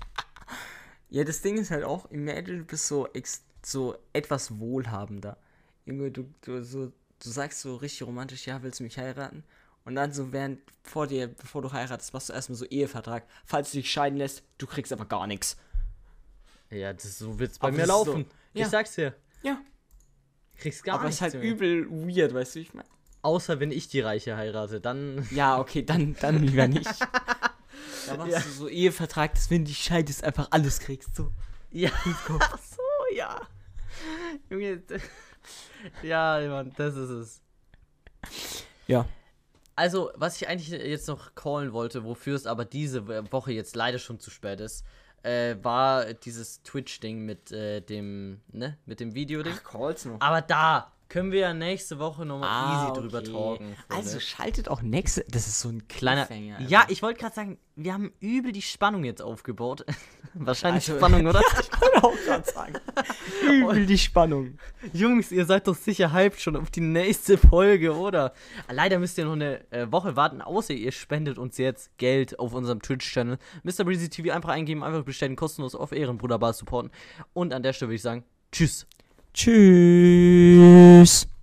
Ja, das Ding ist halt auch, imagine, du bist so etwas wohlhabender. Junge, du sagst so richtig romantisch, ja, willst du mich heiraten? Und dann so bevor du heiratest, machst du erstmal so Ehevertrag. Falls du dich scheiden lässt, du kriegst aber gar nichts. Ja, so wird's bei Aber mir das ist laufen. so- ja. Ich sag's dir. Ja. Kriegst gar Aber es nichts. ist halt Junge. übel weird, weißt du, wie ich meine? Außer wenn ich die Reiche heirate, dann. Ja, okay, dann lieber nicht. Da machst Ja. du so Ehevertrag, dass wenn du dich scheidest, einfach alles kriegst. So. Ja. Ach so, ja. Junge. Ja, Mann, das ist es. Ja. Also, was ich eigentlich jetzt noch callen wollte, wofür es aber diese Woche jetzt leider schon zu spät ist, war dieses Twitch-Ding mit dem Video-Ding. Ach, Calls noch. Aber da können wir ja nächste Woche nochmal easy drüber okay. talken. Freunde. Also schaltet auch nächste. Das ist so ein Kleiner. Cliffhanger, Ja, ich wollte gerade sagen, wir haben übel die Spannung jetzt aufgebaut. Wahrscheinlich Also- Spannung, oder? Ich wollte auch gerade sagen. Übel die Spannung. Jungs, ihr seid doch sicher hyped schon auf die nächste Folge, oder? Leider müsst ihr noch eine Woche warten, außer ihr spendet uns jetzt Geld auf unserem Twitch-Channel. Mr. Breezy TV einfach eingeben, einfach bestellen, kostenlos auf Ehrenbruder Bar supporten. Und an der Stelle würde ich sagen, tschüss. Tschüss.